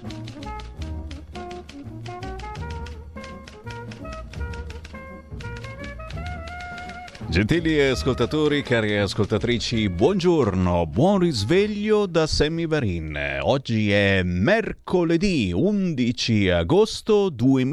Gentili ascoltatori, cari ascoltatrici, buongiorno, buon risveglio da Sammy Varin. Oggi è mercoledì 11 agosto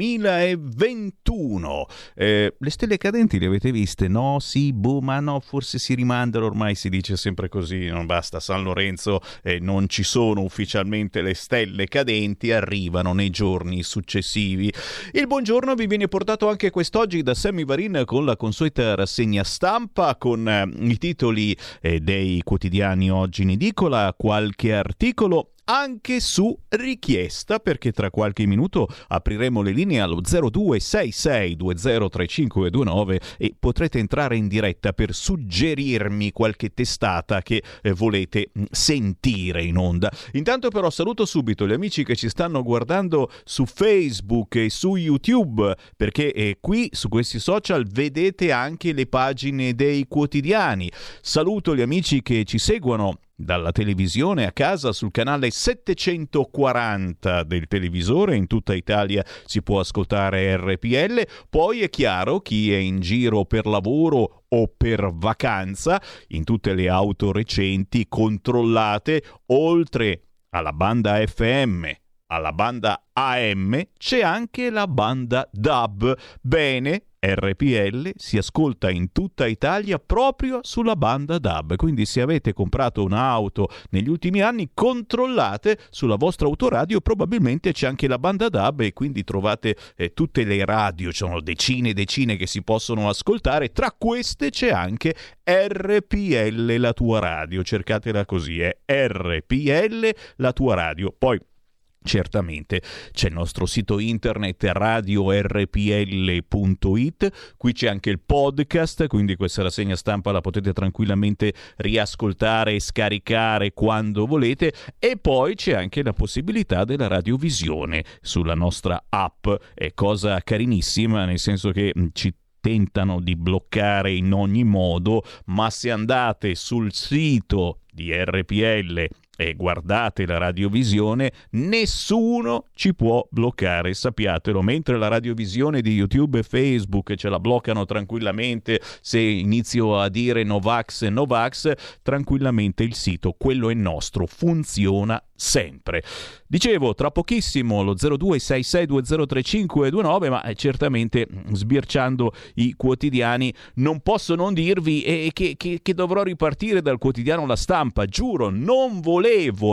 2021. Le stelle cadenti le avete viste? No, sì, boh, ma no, forse si rimandano, ormai si dice sempre così, non basta. San Lorenzo, non ci sono ufficialmente le stelle cadenti, arrivano nei giorni successivi. Il buongiorno vi viene portato anche quest'oggi da Sammy Varin con la consueta rassegna stampa, con i titoli dei quotidiani oggi in edicola, qualche articolo anche su richiesta, perché tra qualche minuto apriremo le linee allo 0266203529 e potrete entrare in diretta per suggerirmi qualche testata che volete sentire in onda. Intanto però saluto subito gli amici che ci stanno guardando su Facebook e su YouTube, perché qui su questi social vedete anche le pagine dei quotidiani. Saluto gli amici che ci seguono dalla televisione a casa sul canale 740 del televisore. In tutta Italia si può ascoltare RPL. Poi è chiaro, chi è in giro per lavoro o per vacanza, in tutte le auto recenti controllate, oltre alla banda FM, alla banda AM, c'è anche la banda DAB. Bene, RPL si ascolta in tutta Italia proprio sulla banda DAB, quindi se avete comprato un'auto negli ultimi anni, controllate sulla vostra autoradio, probabilmente c'è anche la banda DAB e quindi trovate tutte le radio, ci sono decine e decine che si possono ascoltare, tra queste c'è anche RPL la tua radio, cercatela così, è RPL la tua radio. Poi certamente c'è il nostro sito internet radiorpl.it, qui c'è anche il podcast, quindi questa rassegna stampa la potete tranquillamente riascoltare e scaricare quando volete, e poi c'è anche la possibilità della radiovisione sulla nostra app, è cosa carinissima, nel senso che ci tentano di bloccare in ogni modo, ma se andate sul sito di RPL e guardate la radiovisione, nessuno ci può bloccare, sappiatelo, mentre la radiovisione di YouTube e Facebook ce la bloccano tranquillamente se inizio a dire Novax e Novax, tranquillamente il sito, quello è nostro, funziona sempre. Dicevo, tra pochissimo lo 0266203529, ma certamente sbirciando i quotidiani non posso non dirvi che dovrò ripartire dal quotidiano La Stampa, giuro, non volevo,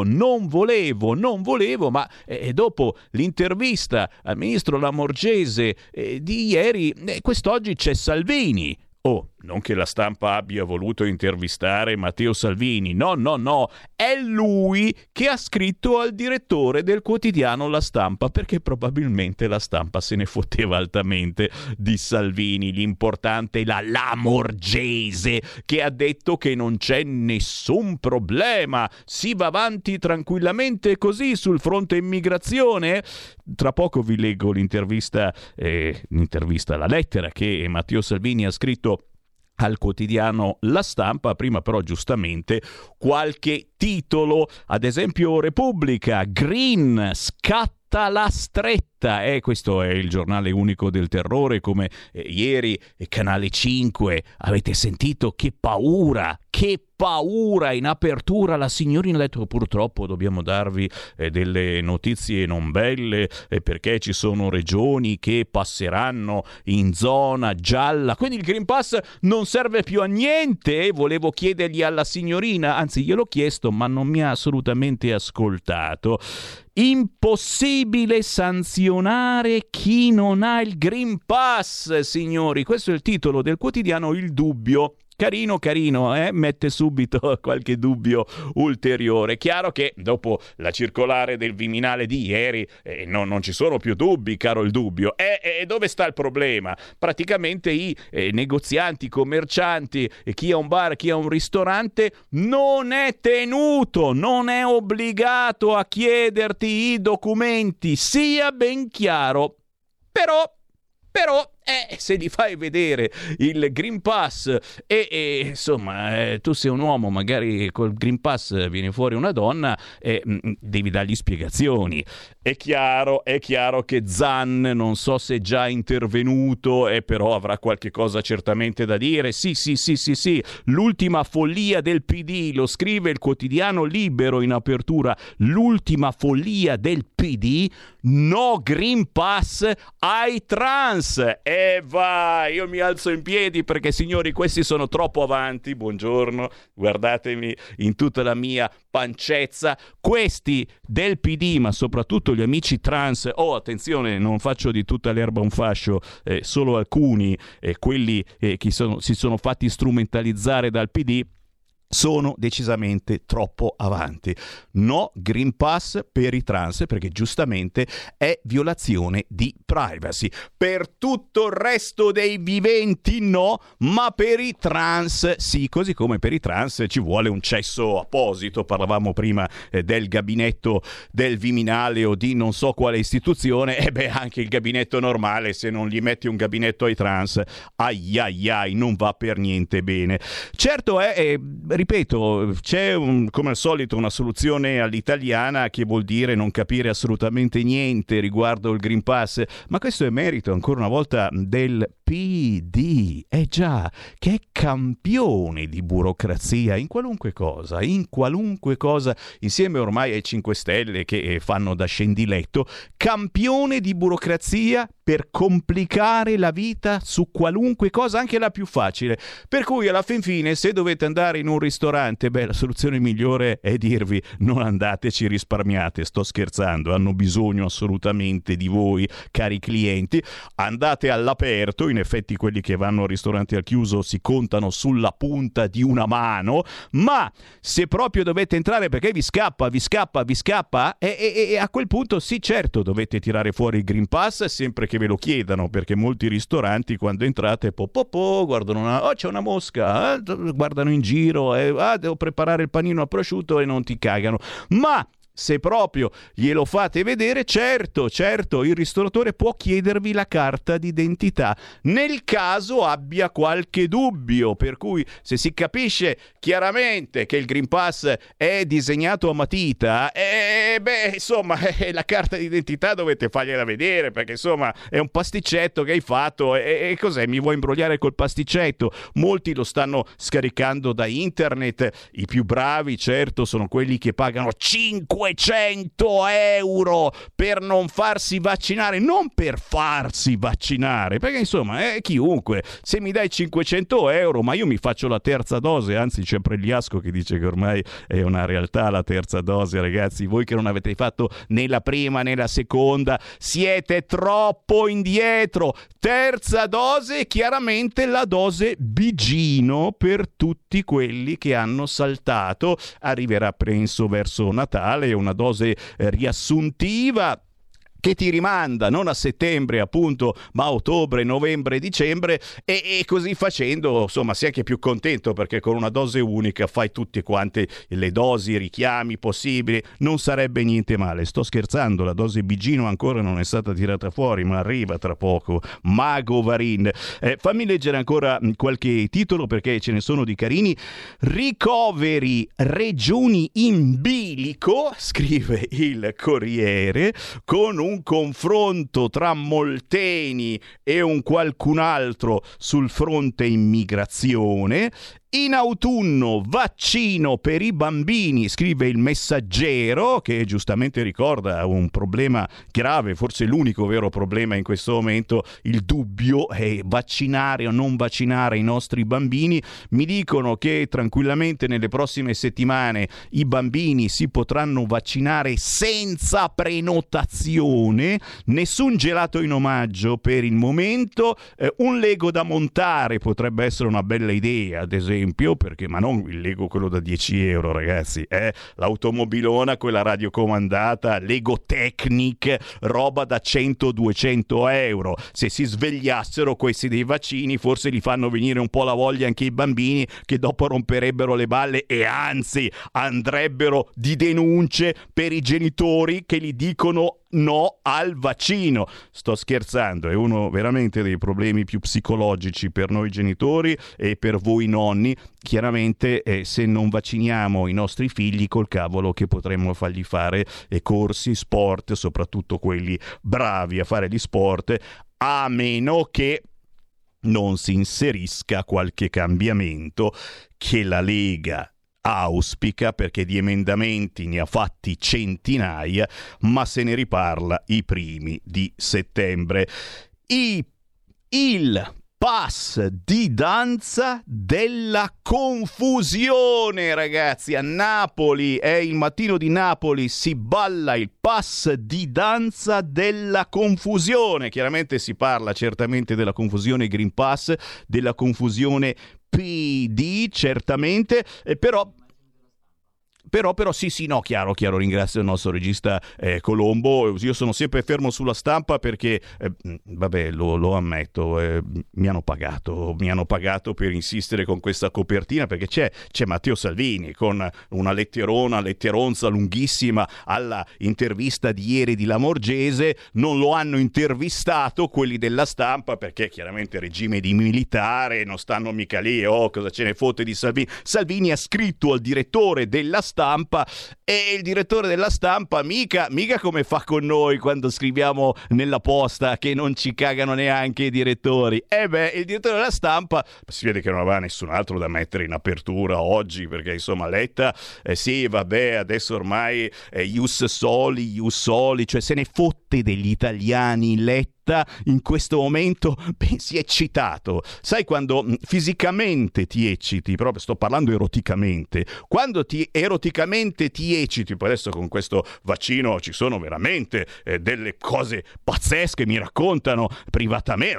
ma dopo l'intervista al ministro Lamorgese di ieri, quest'oggi c'è Salvini. Oh, non che La Stampa abbia voluto intervistare Matteo Salvini, no, è lui che ha scritto al direttore del quotidiano La Stampa, perché probabilmente La Stampa se ne fotteva altamente di Salvini. L'importante è la Lamorgese, che ha detto che non c'è nessun problema, si va avanti tranquillamente così sul fronte immigrazione. Tra poco vi leggo l'intervista, la lettera che Matteo Salvini ha scritto al quotidiano La Stampa. Prima però giustamente qualche titolo, ad esempio Repubblica, Green scatta la stretta, questo è il giornale unico del terrore, come ieri Canale 5, avete sentito che paura in apertura la signorina ha detto: purtroppo dobbiamo darvi delle notizie non belle, perché ci sono regioni che passeranno in zona gialla, quindi il Green Pass non serve più a niente. Volevo chiedergli alla signorina, anzi gliel'ho chiesto, ma non mi ha assolutamente ascoltato. Impossibile sanzionare chi non ha il Green Pass, signori, questo è il titolo del quotidiano Il Dubbio. Carino, mette subito qualche dubbio ulteriore. Chiaro che dopo la circolare del Viminale di ieri non ci sono più dubbi, caro Il Dubbio. Dove sta il problema? Praticamente i negozianti, i commercianti, chi ha un bar, chi ha un ristorante non è tenuto, non è obbligato a chiederti i documenti, sia ben chiaro. Però Se gli fai vedere il Green Pass insomma tu sei un uomo, magari col Green Pass viene fuori una donna, devi dargli spiegazioni. È chiaro che Zan non so se è già intervenuto, però avrà qualche cosa certamente da dire. Sì, l'ultima follia del PD, lo scrive il quotidiano Libero in apertura, l'ultima follia del PD, no Green Pass ai trans. Va, io mi alzo in piedi perché, signori, questi sono troppo avanti. Buongiorno, guardatemi in tutta la mia pancezza. Questi del PD, ma soprattutto gli amici trans, attenzione, non faccio di tutta l'erba un fascio, solo alcuni, quelli che si sono fatti strumentalizzare dal PD, sono decisamente troppo avanti. No Green Pass per i trans, perché giustamente è violazione di privacy. Per tutto il resto dei viventi no, ma per i trans sì, così come per i trans ci vuole un cesso apposito. Parlavamo prima del gabinetto del Viminale o di non so quale istituzione, anche il gabinetto normale, se non gli metti un gabinetto ai trans, ai, non va per niente bene. Certo ripeto, c'è come al solito una soluzione all'italiana, che vuol dire non capire assolutamente niente riguardo il Green Pass, ma questo è merito ancora una volta del PD, già, che è campione di burocrazia in qualunque cosa, insieme ormai ai 5 Stelle che fanno da scendiletto, campione di burocrazia per complicare la vita su qualunque cosa, anche la più facile. Per cui alla fin fine, se dovete andare in un ristorante, la soluzione migliore è dirvi: non andateci, risparmiate. Sto scherzando, hanno bisogno assolutamente di voi, cari clienti. Andate all'aperto, in effetti quelli che vanno al ristorante al chiuso si contano sulla punta di una mano, ma se proprio dovete entrare perché vi scappa, e a quel punto sì, certo, dovete tirare fuori il Green Pass, sempre che ve lo chiedano, perché molti ristoranti quando entrate guardano c'è una mosca, guardano in giro, devo preparare il panino al prosciutto, e non ti cagano. Ma se proprio glielo fate vedere, certo, il ristoratore può chiedervi la carta d'identità nel caso abbia qualche dubbio, per cui se si capisce chiaramente che il Green Pass è disegnato a matita, insomma, la carta d'identità dovete fargliela vedere, perché insomma è un pasticcetto che hai fatto, e cos'è? Mi vuoi imbrogliare col pasticcetto? Molti lo stanno scaricando da internet, i più bravi certo sono quelli che pagano 500 euro per non farsi vaccinare, non per farsi vaccinare, perché insomma chiunque, se mi dai 500 euro, ma io mi faccio la terza dose, anzi c'è Pregliasco che dice che ormai è una realtà la terza dose. Ragazzi, voi che non avete fatto né la prima né la seconda siete troppo indietro. Terza dose, chiaramente la dose Bigino per tutti quelli che hanno saltato. Arriverà penso verso Natale una dose riassuntiva che ti rimanda non a settembre appunto, ma a ottobre, novembre, dicembre, e così facendo insomma sei anche più contento, perché con una dose unica fai tutte quante le dosi, richiami possibili, non sarebbe niente male. Sto scherzando, la dose Bigino ancora non è stata tirata fuori, ma arriva tra poco. Mago Varin. Fammi leggere ancora qualche titolo, perché ce ne sono di carini. Ricoveri regioni in bilico, scrive il Corriere, con un confronto tra Molteni e un qualcun altro sul fronte immigrazione. In autunno vaccino per i bambini, scrive il Messaggero, che giustamente ricorda un problema grave, forse l'unico vero problema in questo momento, il dubbio è vaccinare o non vaccinare i nostri bambini. Mi dicono che tranquillamente nelle prossime settimane i bambini si potranno vaccinare senza prenotazione, nessun gelato in omaggio per il momento, un Lego da montare potrebbe essere una bella idea, ad esempio, perché, ma non il Lego quello da 10 euro, ragazzi, l'automobilona, quella radiocomandata, Lego Technic, roba da 100-200 euro. Se si svegliassero questi dei vaccini, forse gli fanno venire un po' la voglia anche i bambini, che dopo romperebbero le balle e anzi andrebbero di denunce per i genitori che gli dicono no al vaccino. Sto scherzando, è uno veramente dei problemi più psicologici per noi genitori e per voi nonni. Chiaramente se non vacciniamo i nostri figli, col cavolo che potremmo fargli fare corsi, sport, soprattutto quelli bravi a fare gli sport, a meno che non si inserisca qualche cambiamento che la Lega auspica, perché di emendamenti ne ha fatti centinaia, ma se ne riparla i primi di settembre. Il pass di danza della confusione, ragazzi. A Napoli, è il mattino di Napoli, si balla il pass di danza della confusione. Chiaramente si parla certamente della confusione Green Pass, della confusione PD, certamente, però sì, no, chiaro, ringrazio il nostro regista Colombo. Io sono sempre fermo sulla stampa perché, vabbè, lo ammetto, mi hanno pagato per insistere con questa copertina, perché c'è Matteo Salvini con una letteronza lunghissima alla intervista di ieri di Lamorgese. Non lo hanno intervistato quelli della stampa perché chiaramente regime di militare, non stanno mica lì, cosa ce ne fotte di Salvini. Salvini ha scritto al direttore della stampa e il direttore della stampa mica come fa con noi quando scriviamo nella posta che non ci cagano neanche i direttori. Il direttore della stampa si vede che non aveva nessun altro da mettere in apertura oggi, perché insomma Letta sì vabbè, adesso ormai ius soli, cioè se ne fotte degli italiani. Letta in questo momento si è eccitato. Sai quando fisicamente ti ecciti, proprio sto parlando eroticamente, quando eroticamente ti ecciti, poi adesso con questo vaccino ci sono veramente delle cose pazzesche, mi raccontano privatamente,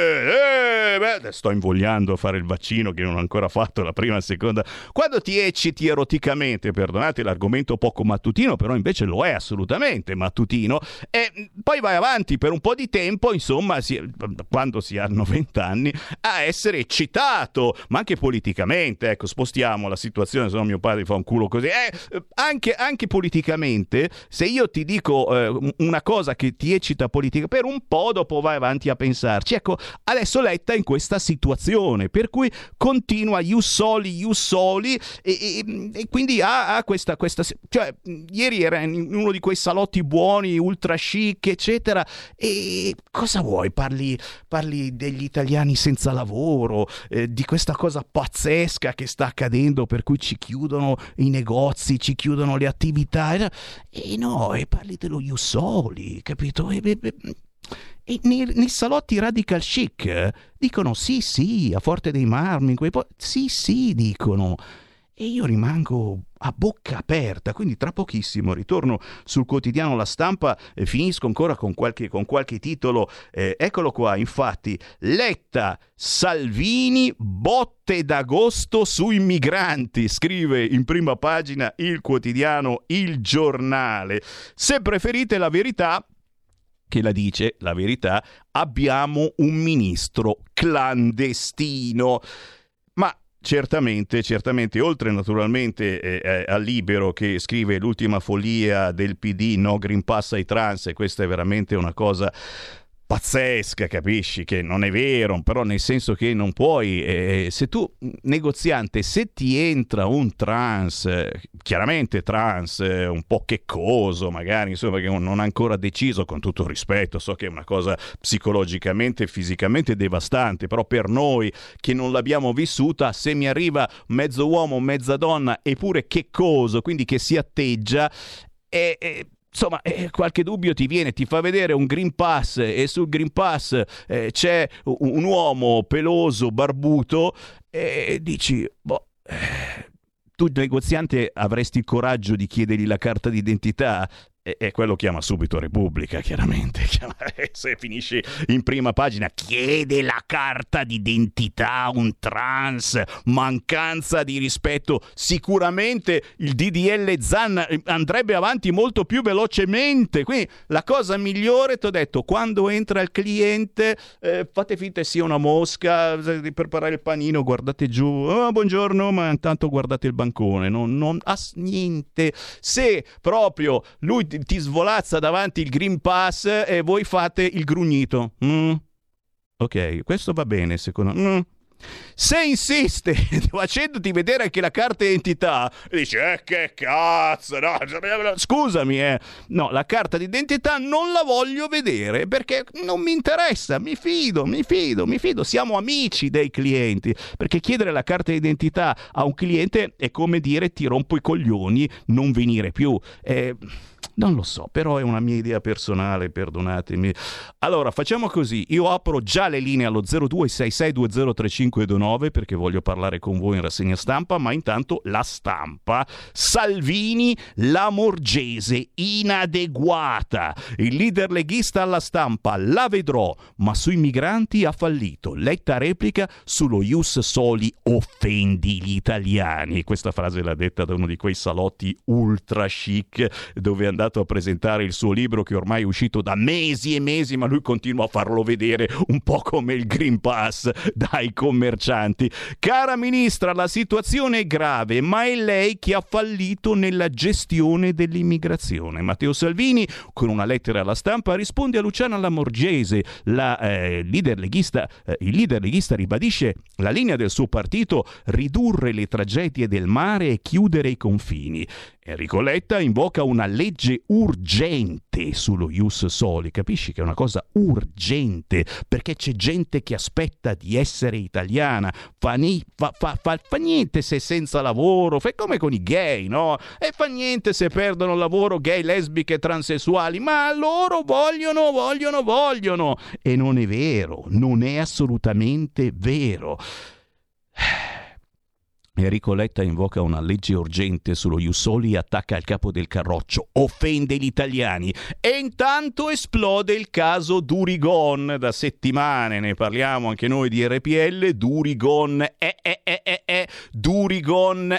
sto invogliando a fare il vaccino che non ho ancora fatto, la prima e la seconda. Quando ti ecciti eroticamente, perdonate l'argomento poco mattutino, però invece lo è assolutamente mattutino, e poi vai avanti per un po' di tempo, insomma, quando si hanno 20 anni, a essere eccitato, ma anche politicamente. Ecco, spostiamo la situazione, se no mio padre fa un culo così. Anche politicamente, se io ti dico una cosa che ti eccita politica, per un po' dopo vai avanti a pensarci. Ecco, adesso Letta è in questa situazione, per cui continua ius soli e quindi ha questa, cioè ieri era in uno di quei salotti buoni, ultra chic, eccetera, e cosa vuoi? Parli degli italiani senza lavoro, di questa cosa pazzesca che sta accadendo, per cui ci chiudono i negozi, ci chiudono le attività, e parli dello ius soli, capito? E nei salotti radical chic dicono sì, a Forte dei Marmi, sì, dicono, e io rimango a bocca aperta. Quindi tra pochissimo ritorno sul quotidiano La Stampa e finisco ancora con qualche titolo. Eccolo qua, infatti: Letta, Salvini, botte d'agosto sui migranti, scrive in prima pagina il quotidiano Il Giornale. Se preferite la verità, che la dice la verità, abbiamo un ministro clandestino. Ma certamente, oltre naturalmente al Libero, che scrive l'ultima follia del PD, no Green Pass ai trans, e questa è veramente una cosa pazzesca, capisci che non è vero, però nel senso che non puoi, se tu negoziante, se ti entra un trans, chiaramente trans, un po' checcoso magari, insomma, che non ha ancora deciso, con tutto il rispetto, so che è una cosa psicologicamente e fisicamente devastante, però per noi che non l'abbiamo vissuta, se mi arriva mezzo uomo, mezza donna, eppure checcoso, quindi che si atteggia, insomma, qualche dubbio ti viene, ti fa vedere un Green Pass e sul Green Pass c'è un uomo peloso, barbuto, e dici, tu negoziante avresti il coraggio di chiedergli la carta d'identità? E quello chiama subito Repubblica, chiaramente. Se finisci in prima pagina, chiede la carta d'identità un trans, mancanza di rispetto. Sicuramente il DDL Zan andrebbe avanti molto più velocemente. Quindi la cosa migliore, ti ho detto, quando entra il cliente, fate finta sia una mosca, di preparare il panino, guardate giù, buongiorno, ma intanto guardate il bancone, non niente. Se proprio lui ti svolazza davanti il Green Pass e voi fate il grugnito. Ok, questo va bene secondo me. Se insiste facendoti vedere anche la carta d'identità, dici che cazzo, no, scusami, no, la carta d'identità non la voglio vedere perché non mi interessa, mi fido, siamo amici dei clienti, perché chiedere la carta d'identità a un cliente è come dire ti rompo i coglioni, non venire più. Non lo so, però è una mia idea personale, perdonatemi. Allora, facciamo così, io apro già le linee allo 0266203529 perché voglio parlare con voi in rassegna stampa, ma intanto la stampa. Salvini, Lamorgese, inadeguata. Il leader leghista alla stampa, la vedrò, ma sui migranti ha fallito. Letta replica, sullo ius soli offendi gli italiani. Questa frase l'ha detta da uno di quei salotti ultra chic dove è andato a presentare il suo libro che ormai è uscito da mesi e mesi, ma lui continua a farlo vedere un po' come il Green Pass dai commercianti. Cara ministra, la situazione è grave, ma è lei che ha fallito nella gestione dell'immigrazione. Matteo Salvini, con una lettera alla stampa, risponde a Luciana Lamorgese. Il leader leghista ribadisce la linea del suo partito: ridurre le tragedie del mare e chiudere i confini. Enrico Letta invoca una legge urgente sullo ius soli. Capisci che è una cosa urgente, perché c'è gente che aspetta di essere italiana, fa niente se senza lavoro, fa come con i gay, no? E fa niente se perdono il lavoro, gay, lesbiche, transessuali, ma loro vogliono. E non è vero, non è assolutamente vero. Enrico Letta invoca una legge urgente sullo ius soli e attacca il capo del Carroccio, offende gli italiani. E intanto esplode il caso Durigon. Da settimane ne parliamo anche noi di RPL. Durigon Durigon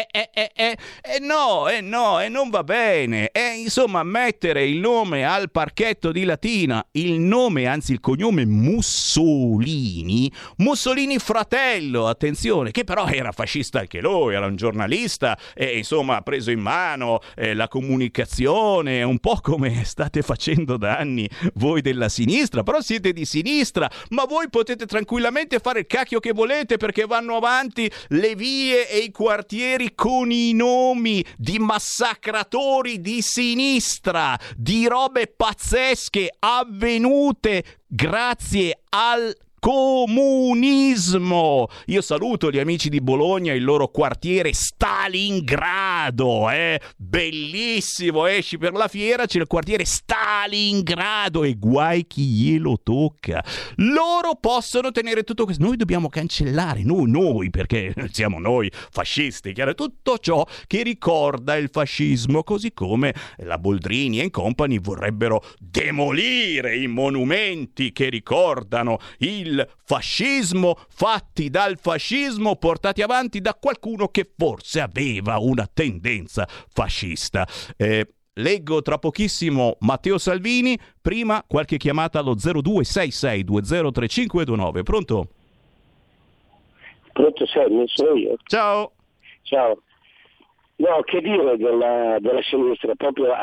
no, non va bene. Insomma, mettere il nome al parchetto di Latina, il nome, anzi il cognome Mussolini fratello, attenzione, che però era fascista anche lui, era un giornalista e insomma ha preso in mano la comunicazione, un po' come state facendo da anni voi della sinistra, però siete di sinistra, ma voi potete tranquillamente fare il cacchio che volete perché vanno avanti le vie e i quartieri con i nomi di massacratori di sinistra, di robe pazzesche avvenute grazie al comunismo. Io saluto gli amici di Bologna, il loro quartiere Stalingrado, bellissimo, esci per la fiera, c'è il quartiere Stalingrado e guai chi glielo tocca. Loro possono tenere tutto questo, noi dobbiamo cancellare, noi perché siamo noi fascisti, chiaro, tutto ciò che ricorda il fascismo, così come la Boldrini e compagni vorrebbero demolire i monumenti che ricordano il fascismo, fatti dal fascismo, portati avanti da qualcuno che forse aveva una tendenza fascista. Leggo tra pochissimo Matteo Salvini, prima qualche chiamata allo 0266203529. Pronto? Pronto, sono io. Ciao. No, che dire della sinistra, proprio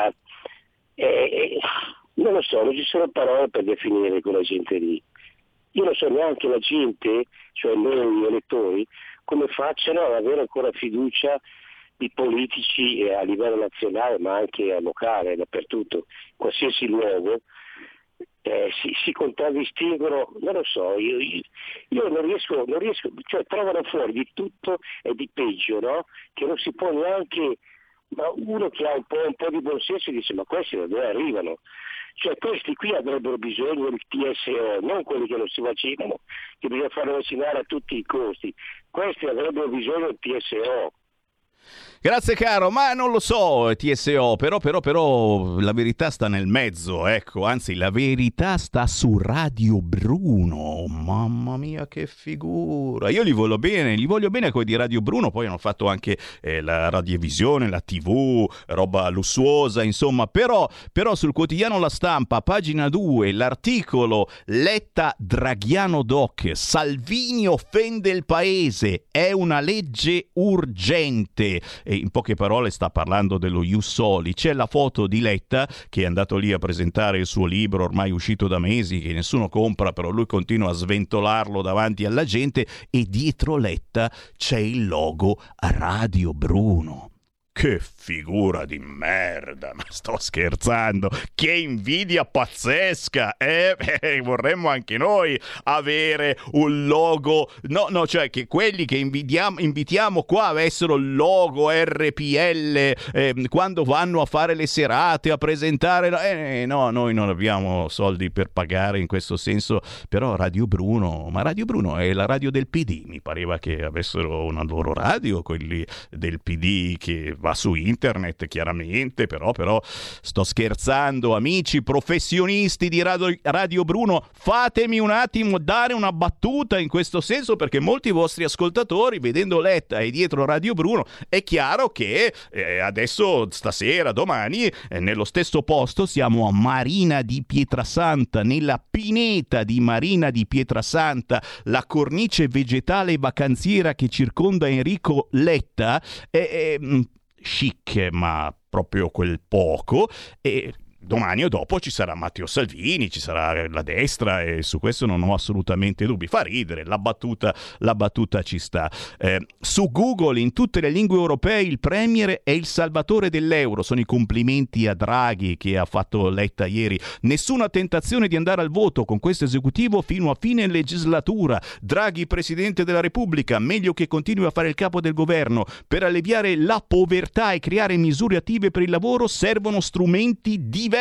non lo so, non ci sono parole per definire quella gente lì. Io non so neanche la gente, cioè noi elettori, come facciano ad avere ancora fiducia i politici a livello nazionale, ma anche a locale, dappertutto, in qualsiasi luogo, si contraddistinguono, non lo so, io non riesco, cioè trovano fuori di tutto e di peggio, no? Che non si può neanche, ma uno che ha un po' di buonsenso dice ma questi da dove arrivano? Cioè questi qui avrebbero bisogno del TSO, non quelli che non si vaccinano, che bisogna farlo vaccinare a tutti i costi. Questi avrebbero bisogno del TSO. Grazie caro, ma non lo so TSO, però la verità sta nel mezzo, ecco, anzi la verità sta su Radio Bruno, mamma mia che figura, io gli voglio bene a quelli di Radio Bruno, poi hanno fatto anche la radiovisione, la TV, roba lussuosa, insomma, però sul quotidiano La Stampa, pagina 2, l'articolo Letta Draghiano Doc, Salvini offende il paese, è una legge urgente. e in poche parole sta parlando dello Ius Soli. C'è la foto di Letta che è andato lì a presentare il suo libro ormai uscito da mesi che nessuno compra, però lui continua a sventolarlo davanti alla gente, e dietro Letta c'è il logo Radio Bruno. Che figura di merda, ma sto scherzando, che invidia pazzesca, vorremmo anche noi avere un logo, cioè che quelli che invitiamo qua avessero il logo RPL quando vanno a fare le serate, a presentare, no, noi non abbiamo soldi per pagare in questo senso, però Radio Bruno è la radio del PD, mi pareva che avessero una loro radio, quelli del PD che va su internet chiaramente, però sto scherzando, amici professionisti di Radio Bruno, fatemi un attimo dare una battuta in questo senso, perché molti vostri ascoltatori, vedendo Letta e dietro Radio Bruno, è chiaro che adesso stasera, domani, nello stesso posto siamo a Marina di Pietrasanta, nella pineta di Marina di Pietrasanta, la cornice vegetale vacanziera che circonda Enrico Letta è chic, ma proprio quel poco, e domani o dopo ci sarà Matteo Salvini, ci sarà la destra, e su questo non ho assolutamente dubbi. Fa ridere, la battuta ci sta. Su Google, in tutte le lingue europee, il premier è il salvatore dell'euro. Sono i complimenti a Draghi che ha fatto Letta ieri. Nessuna tentazione di andare al voto con questo esecutivo fino a fine legislatura. Draghi presidente della Repubblica, meglio che continui a fare il capo del governo. Per alleviare la povertà e creare misure attive per il lavoro servono strumenti diversi.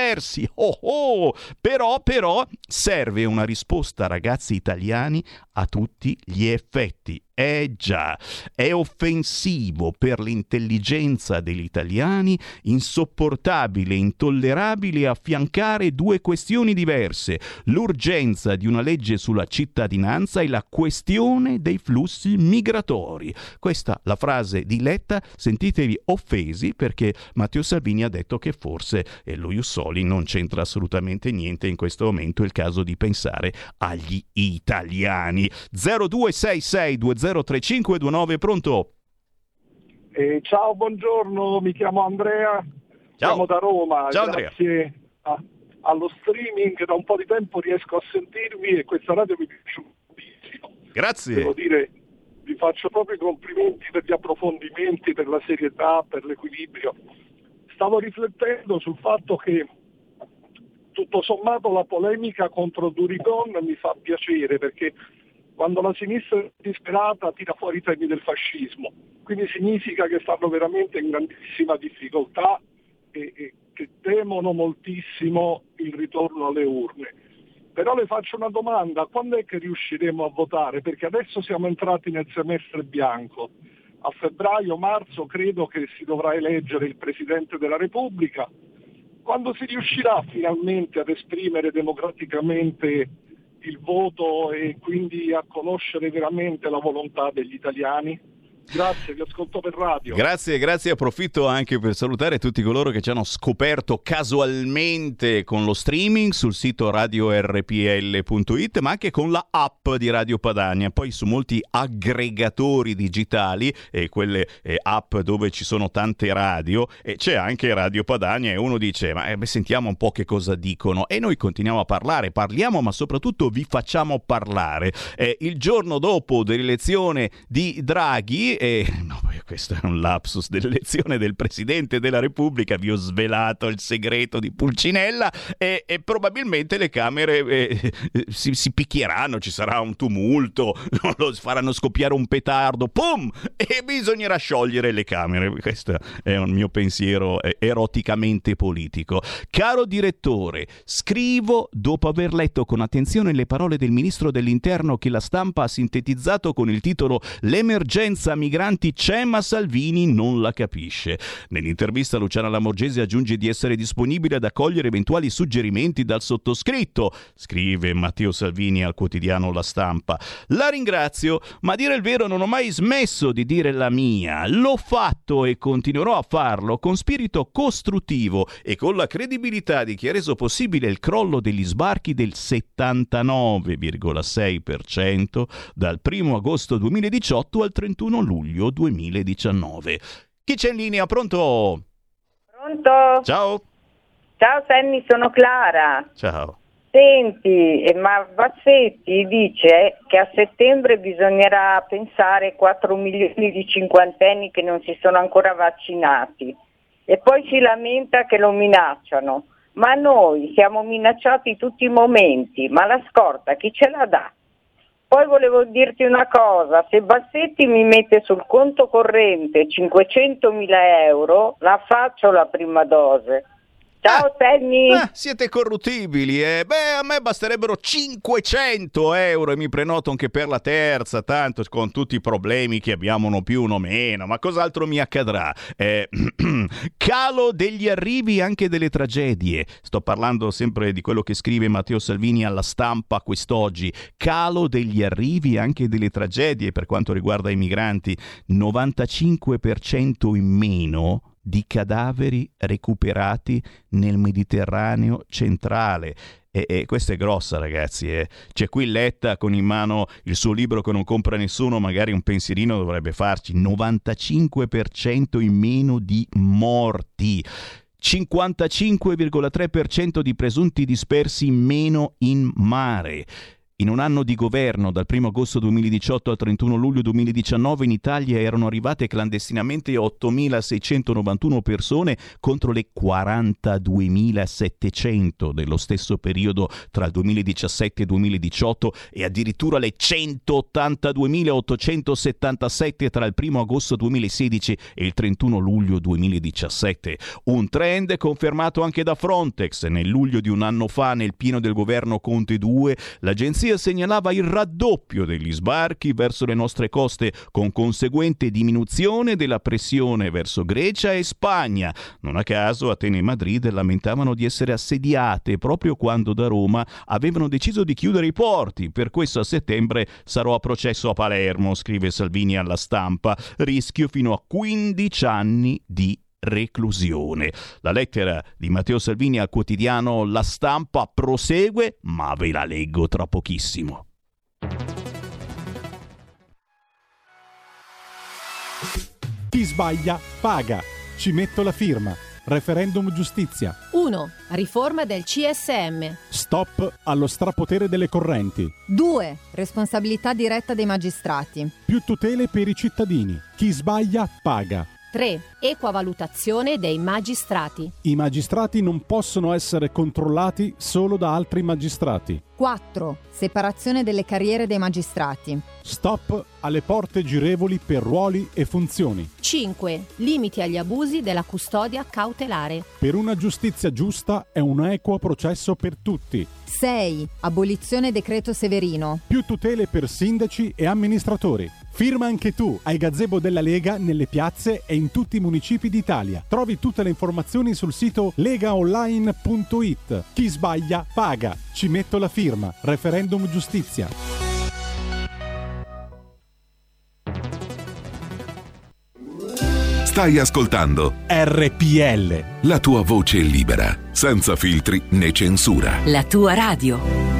Però serve una risposta, ragazzi italiani, a tutti gli effetti. Già, è offensivo per l'intelligenza degli italiani, insopportabile, intollerabile affiancare due questioni diverse: l'urgenza di una legge sulla cittadinanza e la questione dei flussi migratori. Questa la frase di Letta, sentitevi offesi perché Matteo Salvini ha detto che forse lo Ius Soli non c'entra assolutamente niente in questo momento, è il caso di pensare agli italiani. 0266203529, pronto? Ciao, buongiorno, mi chiamo Andrea, chiamo da Roma. Ciao grazie allo streaming da un po' di tempo riesco a sentirvi e questa radio mi piace moltissimo. Grazie. Devo dire, vi faccio proprio i complimenti per gli approfondimenti, per la serietà, per l'equilibrio. Stavo riflettendo sul fatto che tutto sommato la polemica contro Durigon mi fa piacere, perché quando la sinistra è disperata tira fuori i temi del fascismo, quindi significa che stanno veramente in grandissima difficoltà e che temono moltissimo il ritorno alle urne. Però le faccio una domanda: quando è che riusciremo a votare? Perché adesso siamo entrati nel semestre bianco, a febbraio-marzo credo che si dovrà eleggere il Presidente della Repubblica. Quando si riuscirà finalmente ad esprimere democraticamente il voto e quindi a conoscere veramente la volontà degli italiani? Grazie, vi ascolto per radio. Grazie, approfitto anche per salutare tutti coloro che ci hanno scoperto casualmente con lo streaming sul sito radiorpl.it, ma anche con la app di Radio Padania, poi su molti aggregatori digitali e quelle app dove ci sono tante radio, e c'è anche Radio Padania, e uno dice ma sentiamo un po' che cosa dicono, e noi continuiamo a parliamo, ma soprattutto vi facciamo parlare. Il giorno dopo dell'elezione di Draghi, questo è un lapsus dell'elezione del Presidente della Repubblica, vi ho svelato il segreto di Pulcinella, e probabilmente le Camere si picchieranno, ci sarà un tumulto, faranno scoppiare un petardo, pum, e bisognerà sciogliere le Camere. Questo è un mio pensiero eroticamente politico. Caro direttore, scrivo dopo aver letto con attenzione le parole del Ministro dell'Interno che la stampa ha sintetizzato con il titolo "L'emergenza migranti c'è ma Salvini non la capisce". Nell'intervista Luciana Lamorgese aggiunge di essere disponibile ad accogliere eventuali suggerimenti dal sottoscritto, scrive Matteo Salvini al quotidiano La Stampa. La ringrazio, ma a dire il vero non ho mai smesso di dire la mia. L'ho fatto e continuerò a farlo con spirito costruttivo e con la credibilità di chi ha reso possibile il crollo degli sbarchi del 79,6% dal 1 agosto 2018 al 31 luglio 2019. Chi c'è in linea? Pronto? Pronto? Ciao. Ciao Sammy, sono Clara. Ciao. Senti, ma Bassetti dice che a settembre bisognerà pensare 4 milioni di cinquantenni che non si sono ancora vaccinati e poi si lamenta che lo minacciano. Ma noi siamo minacciati tutti i momenti, ma la scorta chi ce la dà? Poi volevo dirti una cosa, se Bassetti mi mette sul conto corrente 500.000 euro, la faccio la prima dose. Ciao Sammy! Siete corruttibili, eh? Beh, a me basterebbero 500 euro e mi prenoto anche per la terza, tanto con tutti i problemi che abbiamo, uno più, uno meno, ma cos'altro mi accadrà? Calo degli arrivi anche delle tragedie. Sto parlando sempre di quello che scrive Matteo Salvini alla Stampa quest'oggi. Calo degli arrivi anche delle tragedie per quanto riguarda i migranti. 95% in meno di cadaveri recuperati nel Mediterraneo centrale. E questa è grossa, ragazzi. C'è qui Letta con in mano il suo libro che non compra nessuno, magari un pensierino dovrebbe farci. 95% in meno di morti. 55,3% di presunti dispersi in meno in mare. In un anno di governo, dal 1 agosto 2018 al 31 luglio 2019, in Italia erano arrivate clandestinamente 8.691 persone contro le 42.700 dello stesso periodo tra il 2017 e 2018 e addirittura le 182.877 tra il 1 agosto 2016 e il 31 luglio 2017. Un trend confermato anche da Frontex. Nel luglio di un anno fa, nel pieno del governo Conte 2, l'agenzia segnalava il raddoppio degli sbarchi verso le nostre coste, con conseguente diminuzione della pressione verso Grecia e Spagna. Non a caso Atene e Madrid lamentavano di essere assediate proprio quando da Roma avevano deciso di chiudere i porti. Per questo a settembre sarò a processo a Palermo, scrive Salvini alla Stampa. Rischio fino a 15 anni di reclusione. La lettera di Matteo Salvini al quotidiano La Stampa prosegue, ma ve la leggo tra pochissimo. Chi sbaglia paga. Ci metto la firma. Referendum giustizia. 1. Riforma del CSM. Stop allo strapotere delle correnti. 2. Responsabilità diretta dei magistrati. Più tutele per i cittadini. Chi sbaglia paga. 3. Equa valutazione dei magistrati. I magistrati non possono essere controllati solo da altri magistrati. 4. Separazione delle carriere dei magistrati. Stop alle porte girevoli per ruoli e funzioni. 5. Limiti agli abusi della custodia cautelare. Per una giustizia giusta è un equo processo per tutti. 6. Abolizione decreto Severino. Più tutele per sindaci e amministratori. Firma anche tu ai gazebo della Lega nelle piazze e in tutti i municipi d'Italia. Trovi tutte le informazioni sul sito legaonline.it. Chi sbaglia paga. Ci metto la firma. Referendum giustizia. Stai ascoltando RPL. la tua voce libera, senza filtri né censura. La tua radio.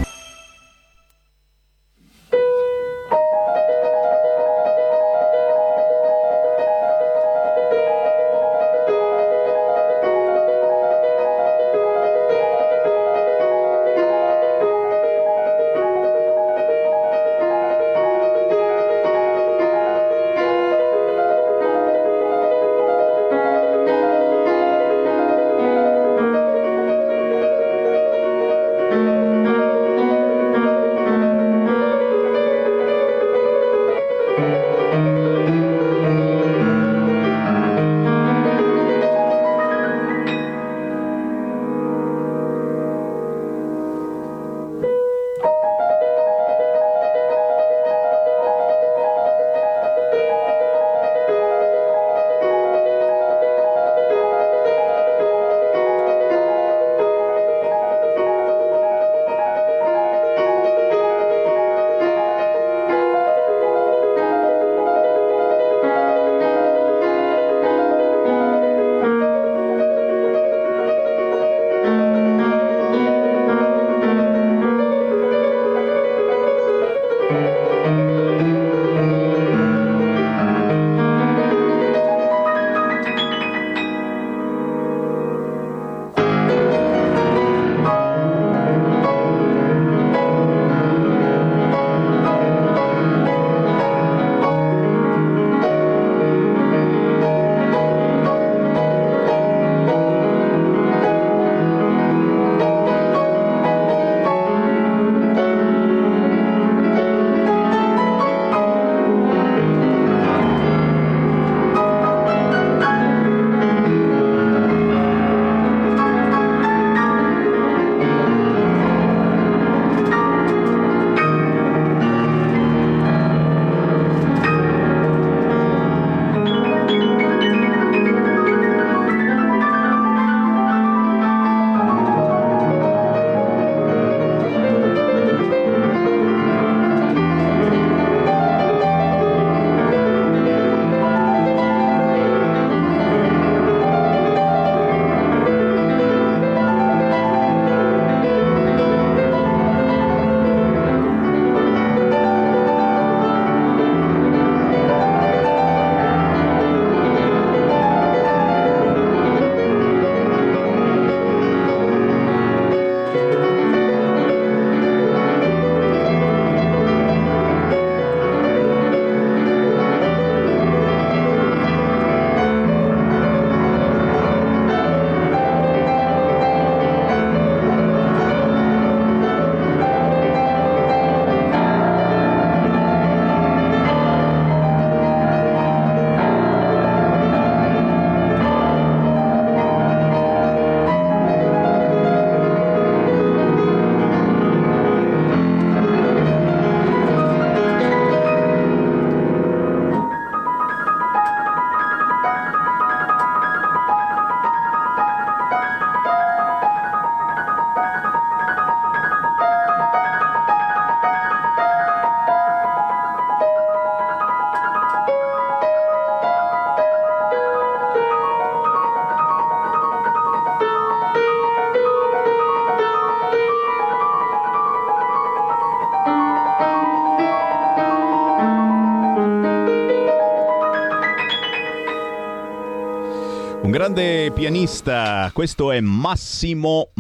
grande pianista, questo è Massimo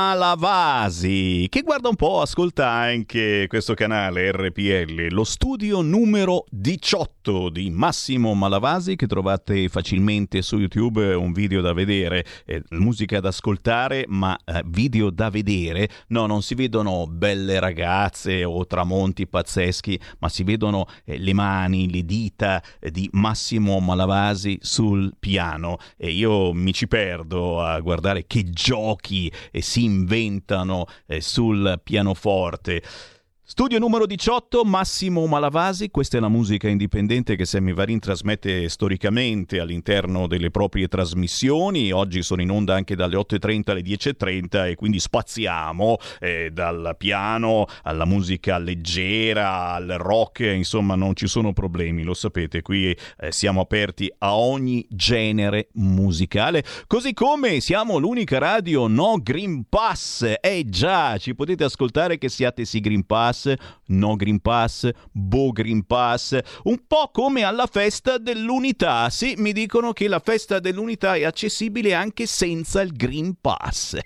Malavasi, che guarda un po', ascolta anche questo canale RPL, lo studio numero 18 di Massimo Malavasi, che trovate facilmente su YouTube, un video da vedere, musica da ascoltare, ma video da vedere, no, non si vedono belle ragazze o tramonti pazzeschi, ma si vedono le mani, le dita di Massimo Malavasi sul piano, e io mi ci perdo a guardare che giochi si inventano sul pianoforte. Studio numero 18, Massimo Malavasi, questa è la musica indipendente che Sammy Varin trasmette storicamente all'interno delle proprie trasmissioni. Oggi sono in onda anche dalle 8.30 alle 10.30 e quindi spaziamo dal piano alla musica leggera, al rock, insomma non ci sono problemi, lo sapete, qui siamo aperti a ogni genere musicale, così come siamo l'unica radio no Green Pass, già, ci potete ascoltare che siate sì Green Pass, no Green Pass, Bo Green Pass, un po' come alla festa dell'unità. Sì, mi dicono che la festa dell'unità è accessibile anche senza il Green Pass.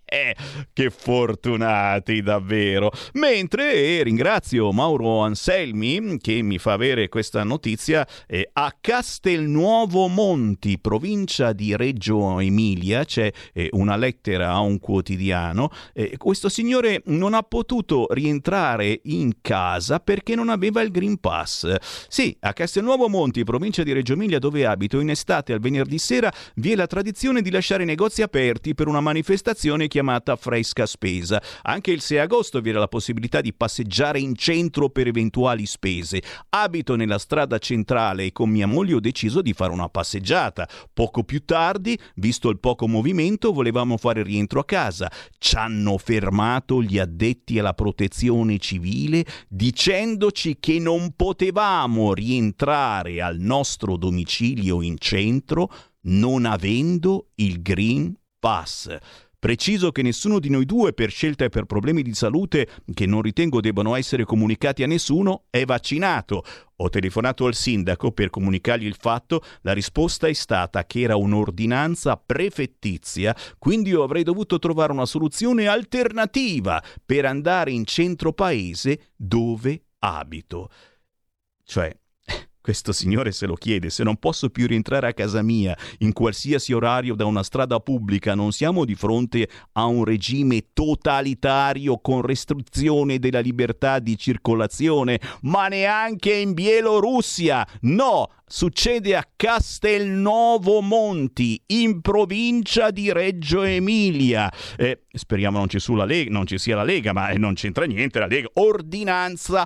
Che fortunati davvero. Mentre ringrazio Mauro Anselmi che mi fa avere questa notizia, a Castelnuovo Monti, provincia di Reggio Emilia, c'è una lettera a un quotidiano. Questo signore non ha potuto rientrare in casa perché non aveva il Green Pass. Sì, a Castelnuovo Monti, provincia di Reggio Emilia, dove abito, in estate al venerdì sera vi è la tradizione di lasciare i negozi aperti per una manifestazione chiamata Fresca Spesa. Anche il 6 agosto vi era la possibilità di passeggiare in centro per eventuali spese. Abito nella strada centrale e con mia moglie ho deciso di fare una passeggiata. Poco più tardi, visto il poco movimento, volevamo fare rientro a casa. Ci hanno fermato gli addetti alla protezione civile dicendoci che non potevamo rientrare al nostro domicilio in centro non avendo il Green Pass. Preciso che nessuno di noi due, per scelta e per problemi di salute che non ritengo debbano essere comunicati a nessuno, è vaccinato. Ho telefonato al sindaco per comunicargli il fatto, la risposta è stata che era un'ordinanza prefettizia, quindi io avrei dovuto trovare una soluzione alternativa per andare in centro paese dove abito. Cioè, questo signore se lo chiede, se non posso più rientrare a casa mia in qualsiasi orario da una strada pubblica, non siamo di fronte a un regime totalitario con restrizione della libertà di circolazione, ma neanche in Bielorussia. No, succede a Castelnuovo Monti, in provincia di Reggio Emilia. Speriamo non ci sia la Lega, ma non c'entra niente la Lega. Ordinanza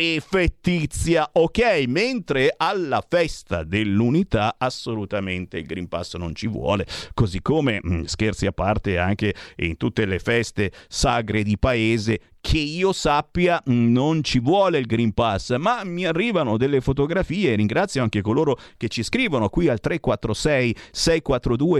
prefettizia, ok? Mentre alla festa dell'unità assolutamente il Green Pass non ci vuole, così come, scherzi a parte, anche in tutte le feste sagre di paese che io sappia non ci vuole il Green Pass, ma mi arrivano delle fotografie, ringrazio anche coloro che ci scrivono qui al 346 642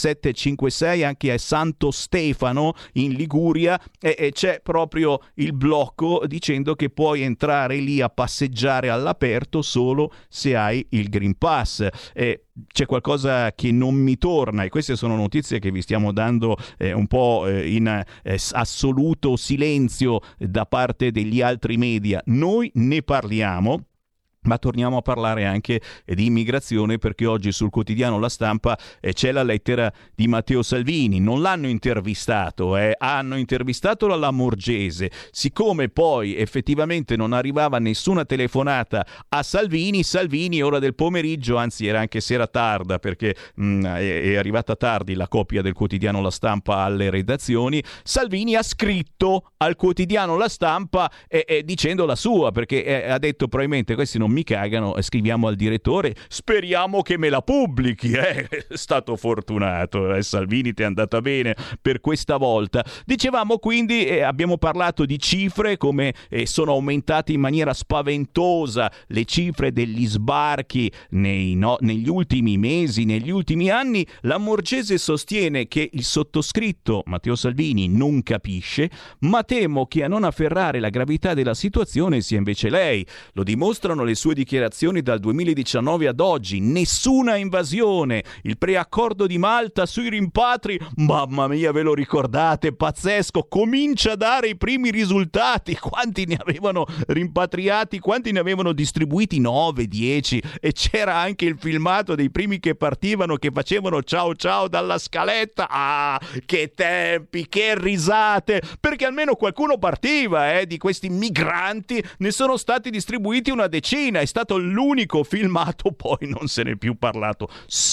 7756, anche a Santo Stefano in Liguria, e c'è proprio il blocco dicendo che puoi entrare lì a passeggiare all'aperto solo se hai il Green Pass. C'è qualcosa che non mi torna, e queste sono notizie che vi stiamo dando un po' in assoluto silenzio da parte degli altri media. Noi ne parliamo, ma torniamo a parlare anche di immigrazione, perché oggi sul quotidiano La Stampa c'è la lettera di Matteo Salvini. Non l'hanno intervistato, hanno intervistato la Lamorgese. Siccome poi effettivamente non arrivava nessuna telefonata a Salvini, ora del pomeriggio, anzi era anche sera tarda perché è arrivata tardi la copia del quotidiano La Stampa alle redazioni, Salvini ha scritto al quotidiano La Stampa dicendo la sua, perché ha detto probabilmente questi non mi cagano, scriviamo al direttore, speriamo che me la pubblichi. È stato fortunato, Salvini, ti è andata bene per questa volta. Dicevamo quindi, abbiamo parlato di cifre, come sono aumentate in maniera spaventosa le cifre degli sbarchi negli ultimi mesi, negli ultimi anni. La Morgese sostiene che il sottoscritto Matteo Salvini non capisce, ma temo che a non afferrare la gravità della situazione sia invece lei. Lo dimostrano le sue sue dichiarazioni dal 2019 ad oggi. Nessuna invasione. Il preaccordo di Malta sui rimpatri, mamma mia, ve lo ricordate? Pazzesco, comincia a dare i primi risultati. Quanti ne avevano rimpatriati? Quanti ne avevano distribuiti? 9, 10. E c'era anche il filmato dei primi che partivano, che facevano ciao ciao dalla scaletta. Ah, che tempi, che risate, perché almeno qualcuno partiva, di questi migranti ne sono stati distribuiti una decina, è stato l'unico filmato, poi non se n'è più parlato.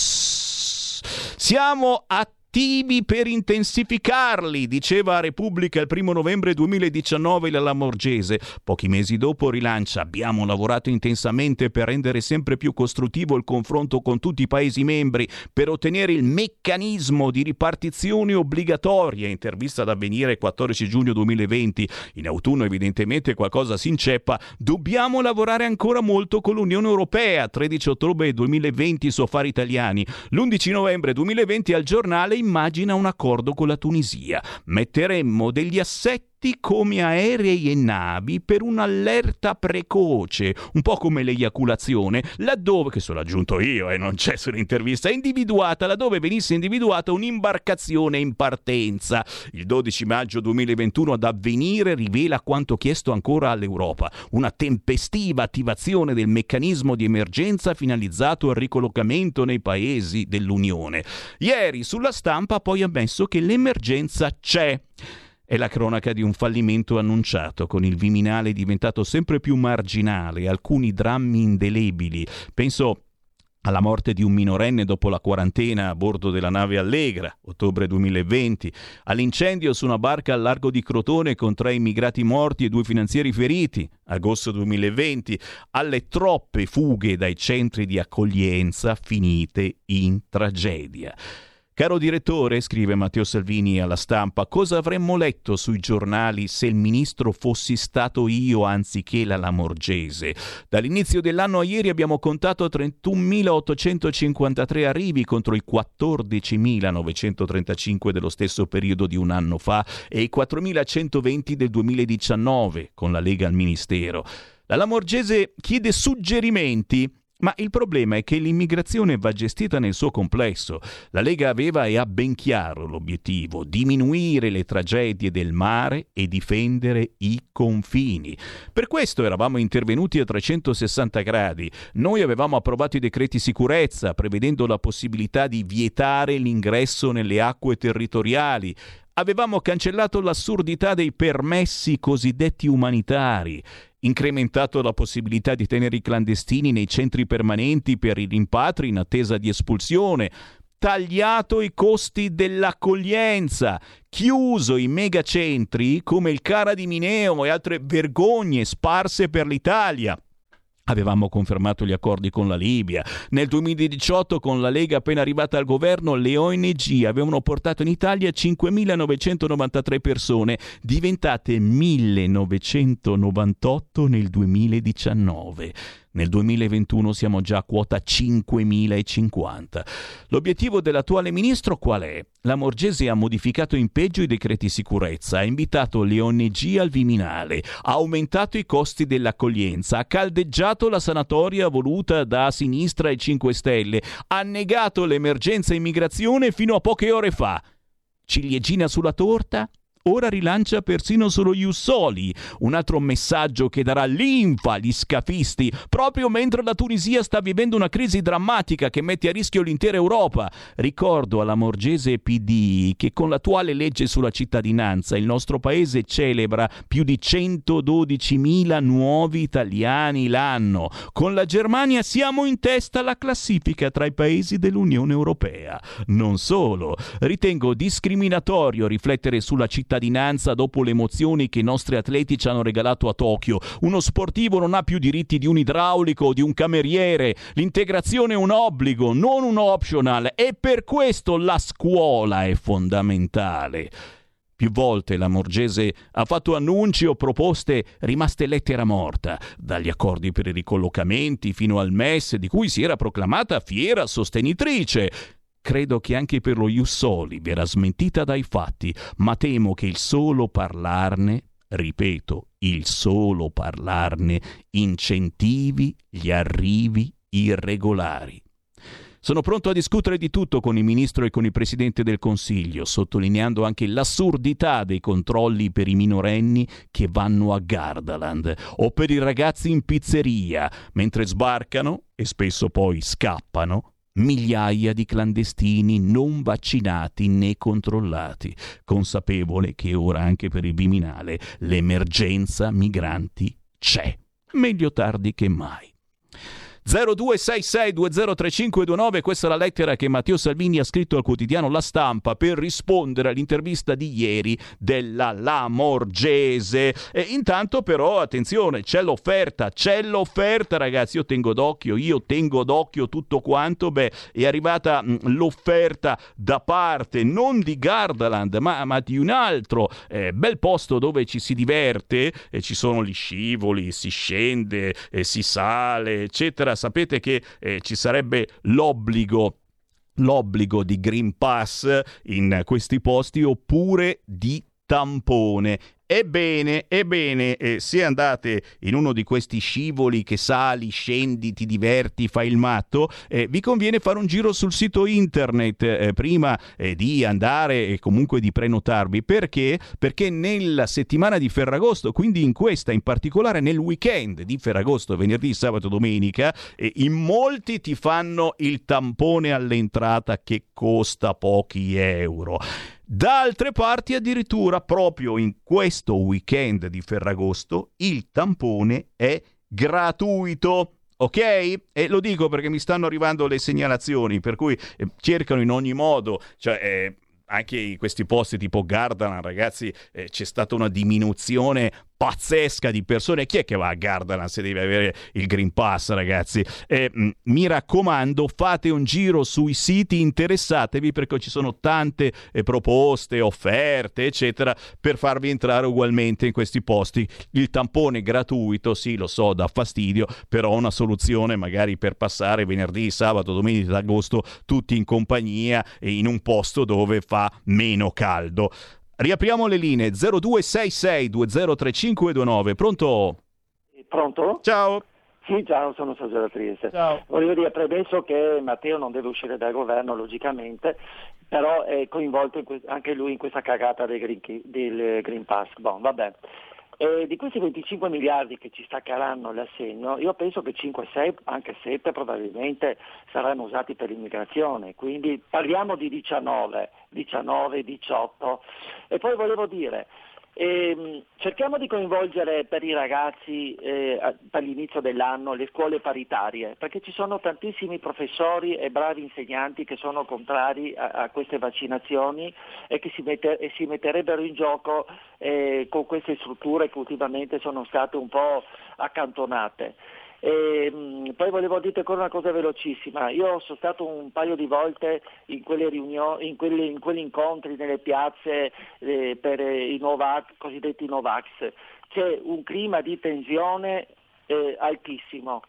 Siamo attivi per intensificarli, diceva a Repubblica il 1 novembre 2019 la Lamorgese. Pochi mesi dopo rilancia: abbiamo lavorato intensamente per rendere sempre più costruttivo il confronto con tutti i Paesi membri per ottenere il meccanismo di ripartizione obbligatoria. Intervista ad Avvenire 14 giugno 2020. In autunno evidentemente qualcosa si inceppa. Dobbiamo lavorare ancora molto con l'Unione Europea. 13 ottobre 2020 su Affari Italiani. L'11 novembre 2020 al Giornale immagina un accordo con la Tunisia. Metteremmo degli assetti come aerei e navi per un'allerta precoce, un po' come l'eiaculazione, laddove, che sono aggiunto io e non c'è sull'intervista, è individuata, laddove venisse individuata un'imbarcazione in partenza. Il 12 maggio 2021 ad Avvenire rivela quanto chiesto ancora all'Europa: una tempestiva attivazione del meccanismo di emergenza finalizzato al ricollocamento nei paesi dell'Unione. Ieri sulla Stampa ha poi ammesso che l'emergenza c'è. È la cronaca di un fallimento annunciato, con il Viminale diventato sempre più marginale, alcuni drammi indelebili. Penso alla morte di un minorenne dopo la quarantena a bordo della nave Allegra, ottobre 2020, all'incendio su una barca al largo di Crotone con 3 immigrati morti e 2 finanzieri feriti, agosto 2020, alle troppe fughe dai centri di accoglienza finite in tragedia. Caro direttore, scrive Matteo Salvini alla Stampa, cosa avremmo letto sui giornali se il ministro fossi stato io anziché la Lamorgese? Dall'inizio dell'anno a ieri abbiamo contato 31.853 arrivi contro i 14.935 dello stesso periodo di un anno fa e i 4.120 del 2019 con la Lega al Ministero. La Lamorgese chiede suggerimenti. Ma il problema è che l'immigrazione va gestita nel suo complesso. La Lega aveva e ha ben chiaro l'obiettivo: diminuire le tragedie del mare e difendere i confini. Per questo eravamo intervenuti a 360 gradi. Noi avevamo approvato i decreti sicurezza, prevedendo la possibilità di vietare l'ingresso nelle acque territoriali. Avevamo cancellato l'assurdità dei permessi cosiddetti umanitari, incrementato la possibilità di tenere i clandestini nei centri permanenti per i rimpatri in attesa di espulsione, tagliato i costi dell'accoglienza, chiuso i megacentri come il Cara di Mineo e altre vergogne sparse per l'Italia. Avevamo confermato gli accordi con la Libia. Nel 2018, con la Lega appena arrivata al governo, le ONG avevano portato in Italia 5.993 persone, diventate 1.998 nel 2019. Nel 2021 siamo già a quota 5.050. L'obiettivo dell'attuale ministro qual è? Lamorgese ha modificato in peggio i decreti sicurezza, ha invitato le ONG al Viminale, ha aumentato i costi dell'accoglienza, ha caldeggiato la sanatoria voluta da sinistra e 5 Stelle, ha negato l'emergenza immigrazione fino a poche ore fa. Ciliegina sulla torta? Ora rilancia persino solo Ius Soli, un altro messaggio che darà linfa agli scafisti, proprio mentre la Tunisia sta vivendo una crisi drammatica che mette a rischio l'intera Europa. Ricordo alla Lamorgese PD che con l'attuale legge sulla cittadinanza il nostro paese celebra più di 112.000 nuovi italiani l'anno. Con la Germania siamo in testa alla classifica tra i paesi dell'Unione Europea. Non solo, ritengo discriminatorio riflettere sulla cittadinanza dopo le emozioni che i nostri atleti ci hanno regalato a Tokyo. Uno sportivo non ha più diritti di un idraulico o di un cameriere. L'integrazione è un obbligo, non un optional, e per questo la scuola è fondamentale. Più volte la Lamorgese ha fatto annunci o proposte rimaste lettera morta, dagli accordi per i ricollocamenti fino al MES, di cui si era proclamata fiera sostenitrice. Credo che anche per lo Ius Soli verrà smentita dai fatti, ma temo che il solo parlarne ripeto, il solo parlarne incentivi gli arrivi irregolari. Sono pronto a discutere di tutto con il Ministro e con il Presidente del Consiglio, sottolineando anche l'assurdità dei controlli per i minorenni che vanno a Gardaland o per i ragazzi in pizzeria, mentre sbarcano, e spesso poi scappano, migliaia di clandestini non vaccinati né controllati, consapevole che ora anche per il Viminale l'emergenza migranti c'è. Meglio tardi che mai. 0266203529, questa è la lettera che Matteo Salvini ha scritto al quotidiano La Stampa per rispondere all'intervista di ieri della Lamorgese. E intanto però attenzione, c'è l'offerta ragazzi, io tengo d'occhio tutto quanto. È arrivata l'offerta da parte non di Gardaland ma di un altro bel posto dove ci si diverte, ci sono gli scivoli, si scende, si sale eccetera. Sapete che ci sarebbe l'obbligo di Green Pass in questi posti oppure di tampone. Ebbene, se andate in uno di questi scivoli che sali, scendi, ti diverti, fai il matto, vi conviene fare un giro sul sito internet prima di andare e comunque di prenotarvi. Perché? Perché nella settimana di Ferragosto, quindi in questa, in particolare nel weekend di Ferragosto, venerdì, sabato, domenica, in molti ti fanno il tampone all'entrata che costa pochi euro. Da altre parti addirittura proprio in questo weekend di Ferragosto il tampone è gratuito. Ok? E lo dico perché mi stanno arrivando le segnalazioni, per cui cercano in ogni modo, anche in questi posti tipo Gardaland, ragazzi, c'è stata una diminuzione pazzesca di persone. Chi è che va a Gardaland se deve avere il Green Pass, ragazzi? Mi raccomando, fate un giro sui siti, interessatevi perché ci sono tante proposte, offerte, eccetera, per farvi entrare ugualmente in questi posti. Il tampone gratuito, sì, lo so, dà fastidio, però una soluzione magari per passare venerdì, sabato, domenica d'agosto tutti in compagnia e in un posto dove fa meno caldo. Riapriamo le linee 0266203529. Pronto? Pronto? Ciao. Sì, ciao, sono Sergio da Trieste. Ciao. Volevo dire, premesso che Matteo non deve uscire dal governo, logicamente, però è coinvolto anche lui in questa cagata del Green Pass. Vabbè. Di questi 25 miliardi che ci sta calando l'assegno, io penso che 5-6, anche 7 probabilmente saranno usati per l'immigrazione, quindi parliamo di 19, 18. E poi volevo dire, cerchiamo di coinvolgere per i ragazzi per l'inizio dell'anno le scuole paritarie, perché ci sono tantissimi professori e bravi insegnanti che sono contrari a queste vaccinazioni e che si metterebbero in gioco con queste strutture che ultimamente sono state un po' accantonate. Poi volevo dire ancora una cosa velocissima. Io sono stato un paio di volte in quelle riunioni, in quegli incontri nelle piazze per i cosiddetti Novax. C'è un clima di tensione altissimo.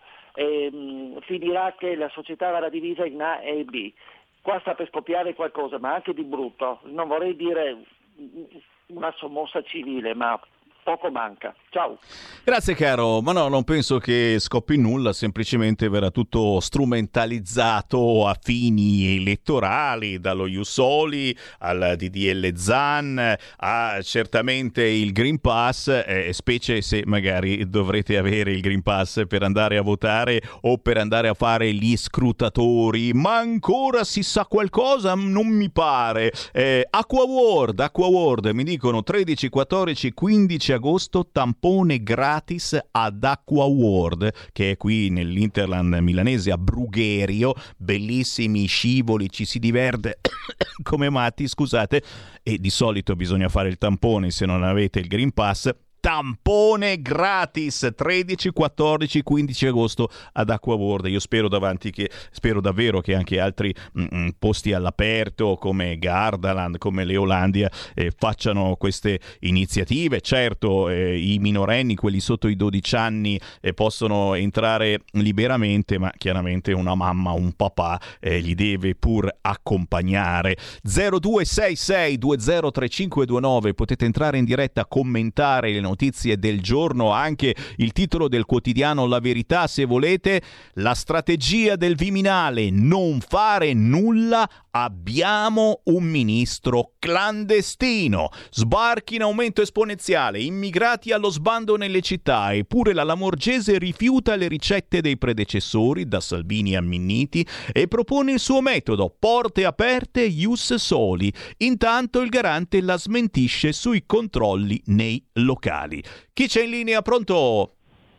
Finirà che la società verrà divisa in A e B. Qua sta per scoppiare qualcosa, ma anche di brutto. Non vorrei dire una sommossa civile, ma poco manca. Ciao. Grazie caro, ma no, non penso che scoppi nulla, semplicemente verrà tutto strumentalizzato a fini elettorali, dallo Ius Soli al DDL Zan a certamente il Green Pass, specie se magari dovrete avere il Green Pass per andare a votare o per andare a fare gli scrutatori. Ma ancora si sa qualcosa? Non mi pare. Acqua World, mi dicono 13, 14, 15 agosto, tampone gratis ad Acqua World, che è qui nell'Interland milanese a Brugherio. Bellissimi scivoli, ci si diverte come matti, scusate, e di solito bisogna fare il tampone se non avete il Green Pass. Tampone gratis 13, 14, 15 agosto ad Acqua World. Io spero davvero che anche altri posti all'aperto come Gardaland, come Leolandia facciano queste iniziative. Certo, i minorenni, quelli sotto i 12 anni, possono entrare liberamente, ma chiaramente una mamma, un papà li deve pur accompagnare. 0266203529, potete entrare in diretta, commentare le notizie del giorno, anche il titolo del quotidiano La Verità, se volete. La strategia del Viminale: non fare nulla, abbiamo un ministro clandestino. Sbarchi in aumento esponenziale, immigrati allo sbando nelle città, eppure la Lamorgese rifiuta le ricette dei predecessori, da Salvini amminniti, e propone il suo metodo: porte aperte, ius soli. Intanto il garante la smentisce sui controlli nei locali. Chi c'è in linea? Pronto?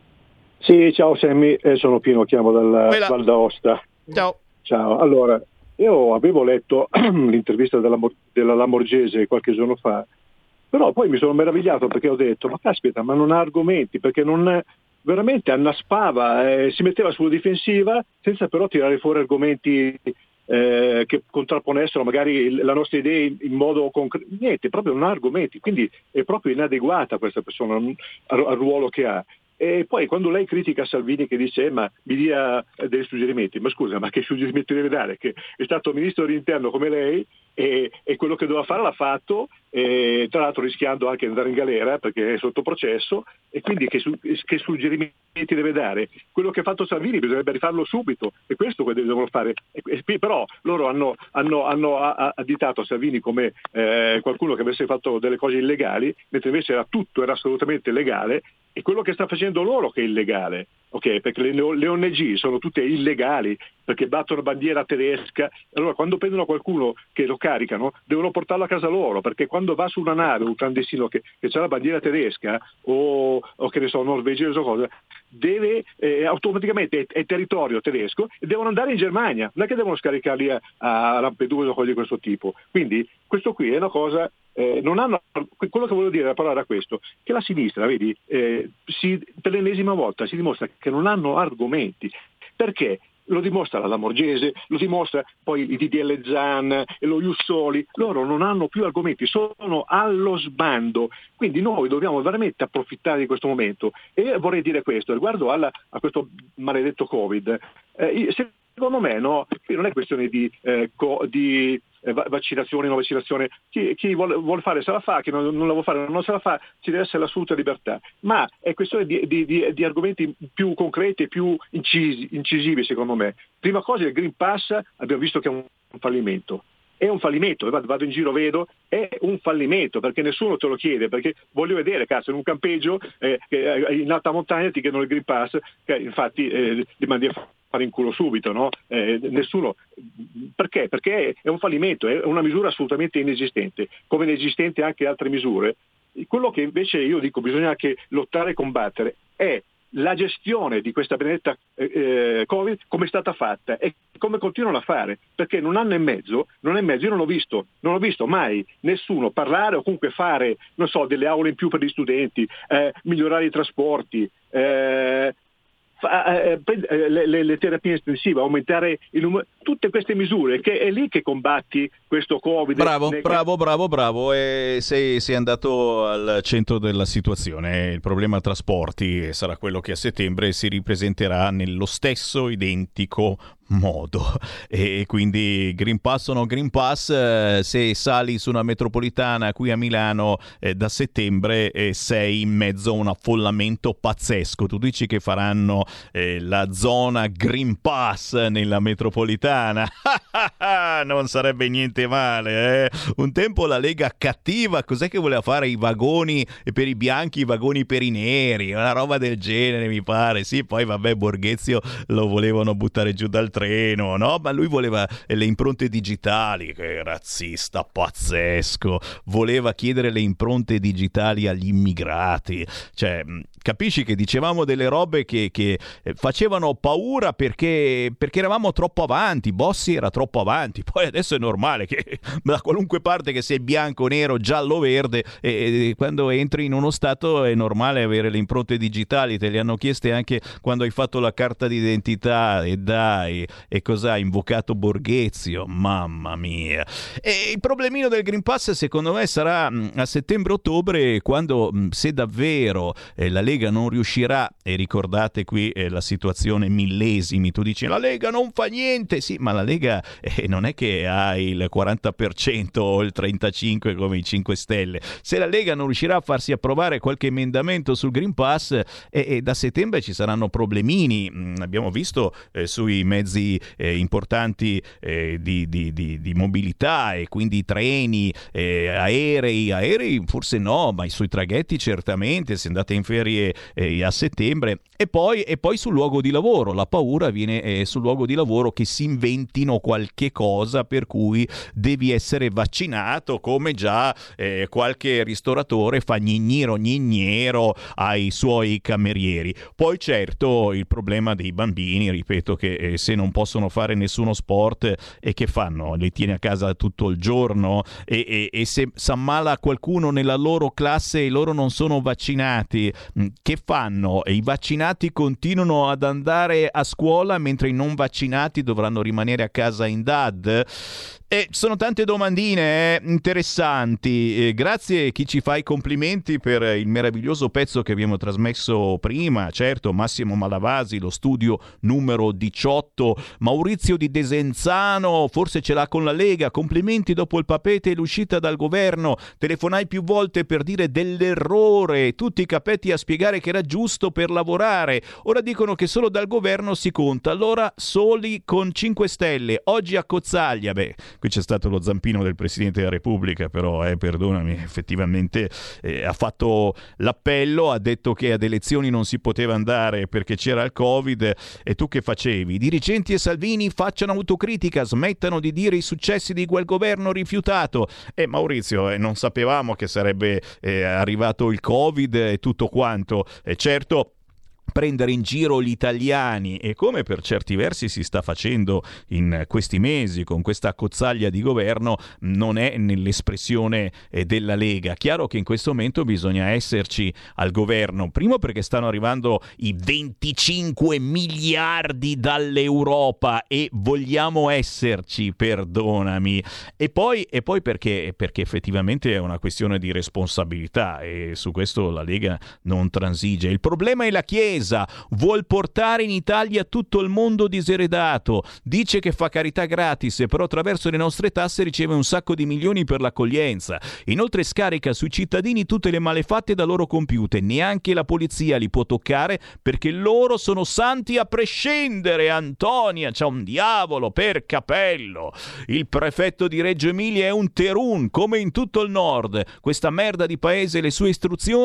Sì, ciao Sammy, sono Pino, chiamo dalla Val d'Aosta. Ciao, allora, io avevo letto l'intervista della Lamorgese qualche giorno fa, però poi mi sono meravigliato perché ho detto, ma caspita, ma non ha argomenti, perché non veramente annaspava, si metteva sulla difensiva senza però tirare fuori argomenti che contrapponessero magari la nostra idea in modo concreto. Niente, proprio non ha argomenti, quindi è proprio inadeguata questa persona al ruolo che ha. E poi quando lei critica Salvini che dice ma mi dia dei suggerimenti, ma scusa, ma che suggerimenti deve dare? Che è stato ministro dell'interno come lei e quello che doveva fare l'ha fatto, e tra l'altro rischiando anche di andare in galera perché è sotto processo, e quindi che suggerimenti deve dare? Quello che ha fatto Salvini bisognerebbe rifarlo subito, e questo quello che devono fare. Però loro hanno additato Salvini come qualcuno che avesse fatto delle cose illegali, mentre invece era assolutamente legale, e quello che sta facendo loro che è illegale, ok? Perché le ONG sono tutte illegali perché battono bandiera tedesca. Allora quando prendono qualcuno che lo caricano devono portarlo a casa loro, perché quando va su una nave un clandestino che c'ha la bandiera tedesca o che ne so, norvegese o cosa, deve automaticamente è territorio tedesco e devono andare in Germania, non è che devono scaricarli a Lampedusa o cose di questo tipo. Quindi questo qui è una cosa, non hanno, quello che volevo dire, la parola era questo, che la sinistra, vedi, per l'ennesima volta si dimostra che non hanno argomenti, perché lo dimostra la Lamorgese, lo dimostra poi il DDL Zan e lo Ius Soli, loro non hanno più argomenti, sono allo sbando. Quindi noi dobbiamo veramente approfittare di questo momento. E vorrei dire questo, riguardo a questo maledetto Covid, secondo me no, qui non è questione di vaccinazione o non vaccinazione. Chi vuole fare se la fa, chi non la vuole fare non se la fa, ci deve essere l'assoluta libertà, ma è questione di argomenti più concreti e più incisivi, secondo me. Prima cosa, il Green Pass abbiamo visto che è un fallimento. È un fallimento, vado in giro, vedo, è un fallimento, perché nessuno te lo chiede, perché voglio vedere, cazzo, in un campeggio in alta montagna ti chiedono il Green Pass, che infatti li mandi a fare in culo subito, no? Nessuno. Perché? Perché è un fallimento, è una misura assolutamente inesistente, come inesistente anche altre misure. Quello che invece io dico bisogna anche lottare e combattere è la gestione di questa benedetta Covid, come è stata fatta e come continuano a fare, perché in un anno e mezzo io non ho visto mai nessuno parlare o comunque fare, non so, delle aule in più per gli studenti, migliorare i trasporti, le terapie intensive, aumentare il numero, tutte queste misure, che è lì che combatti questo Covid. Bravo, e sei andato al centro della situazione. Il problema trasporti sarà quello che a settembre si ripresenterà nello stesso identico modo, e quindi Green Pass o no Green Pass, se sali su una metropolitana qui a Milano da settembre sei in mezzo a un affollamento pazzesco. Tu dici che faranno la zona Green Pass nella metropolitana? Non sarebbe niente male, Un tempo la Lega cattiva, cos'è che voleva fare? I vagoni per i bianchi, i vagoni per i neri, una roba del genere mi pare. Sì, poi vabbè, Borghezio lo volevano buttare giù dal treno, no? Ma lui voleva le impronte digitali, che razzista pazzesco, voleva chiedere le impronte digitali agli immigrati. Cioè, capisci che dicevamo delle robe che facevano paura perché eravamo troppo avanti, Bossi era troppo avanti. Poi adesso è normale che da qualunque parte che sia bianco, nero, giallo, verde, quando entri in uno stato è normale avere le impronte digitali. Te le hanno chieste anche quando hai fatto la carta d'identità, e dai, E cosa ha invocato Borghezio? Mamma mia. E il problemino del Green Pass secondo me sarà a settembre-ottobre, quando se davvero la Lega non riuscirà, e ricordate qui la situazione millesimi, tu dici la Lega non fa niente, sì, ma la Lega non è che ha il 40% o il 35% come i 5 Stelle. Se la Lega non riuscirà a farsi approvare qualche emendamento sul Green Pass, da settembre ci saranno problemini. Abbiamo visto sui mezzi importanti di mobilità, e quindi treni, aerei forse no, ma sui traghetti certamente, se andate in ferie a settembre. E poi sul luogo di lavoro, la paura viene sul luogo di lavoro che si inventino qualche cosa per cui devi essere vaccinato, come già qualche ristoratore fa gnignero ai suoi camerieri. Poi certo il problema dei bambini, ripeto, che se non possono fare nessuno sport, e che fanno? Li tieni a casa tutto il giorno, e se s'ammala qualcuno nella loro classe e loro non sono vaccinati, che fanno? I vaccinati continuano ad andare a scuola mentre i non vaccinati dovranno rimanere a casa in DAD? Sono tante domandine interessanti. Grazie a chi ci fa i complimenti per il meraviglioso pezzo che abbiamo trasmesso prima. Certo, Massimo Malavasi, lo studio numero 18. Maurizio di Desenzano, forse ce l'ha con la Lega. Complimenti dopo il papete e l'uscita dal governo. Telefonai più volte per dire dell'errore. Tutti i capetti a spiegare che era giusto per lavorare. Ora dicono che solo dal governo si conta. Allora soli con 5 Stelle. Oggi a Cozzaglia. Qui c'è stato lo zampino del Presidente della Repubblica, però perdonami, effettivamente ha fatto l'appello, ha detto che ad elezioni non si poteva andare perché c'era il Covid. E tu che facevi? I dirigenti e Salvini facciano autocritica, smettano di dire i successi di quel governo rifiutato. Maurizio, non sapevamo che sarebbe arrivato il Covid e tutto quanto. Certo, prendere in giro gli italiani, e come per certi versi si sta facendo in questi mesi con questa accozzaglia di governo, non è nell'espressione della Lega. Chiaro che in questo momento bisogna esserci al governo, primo perché stanno arrivando i 25 miliardi dall'Europa e vogliamo esserci, perdonami, e poi perché effettivamente è una questione di responsabilità, e su questo la Lega non transige. Il problema è la Chiesa. Vuol portare in Italia tutto il mondo diseredato, dice che fa carità gratis, però attraverso le nostre tasse riceve un sacco di milioni per l'accoglienza. Inoltre scarica sui cittadini tutte le malefatte da loro compiute, neanche la polizia li può toccare perché loro sono santi a prescindere. Antonia, c'ha un diavolo per capello. Il prefetto di Reggio Emilia è un terun, come in tutto il nord. Questa merda di paese e le sue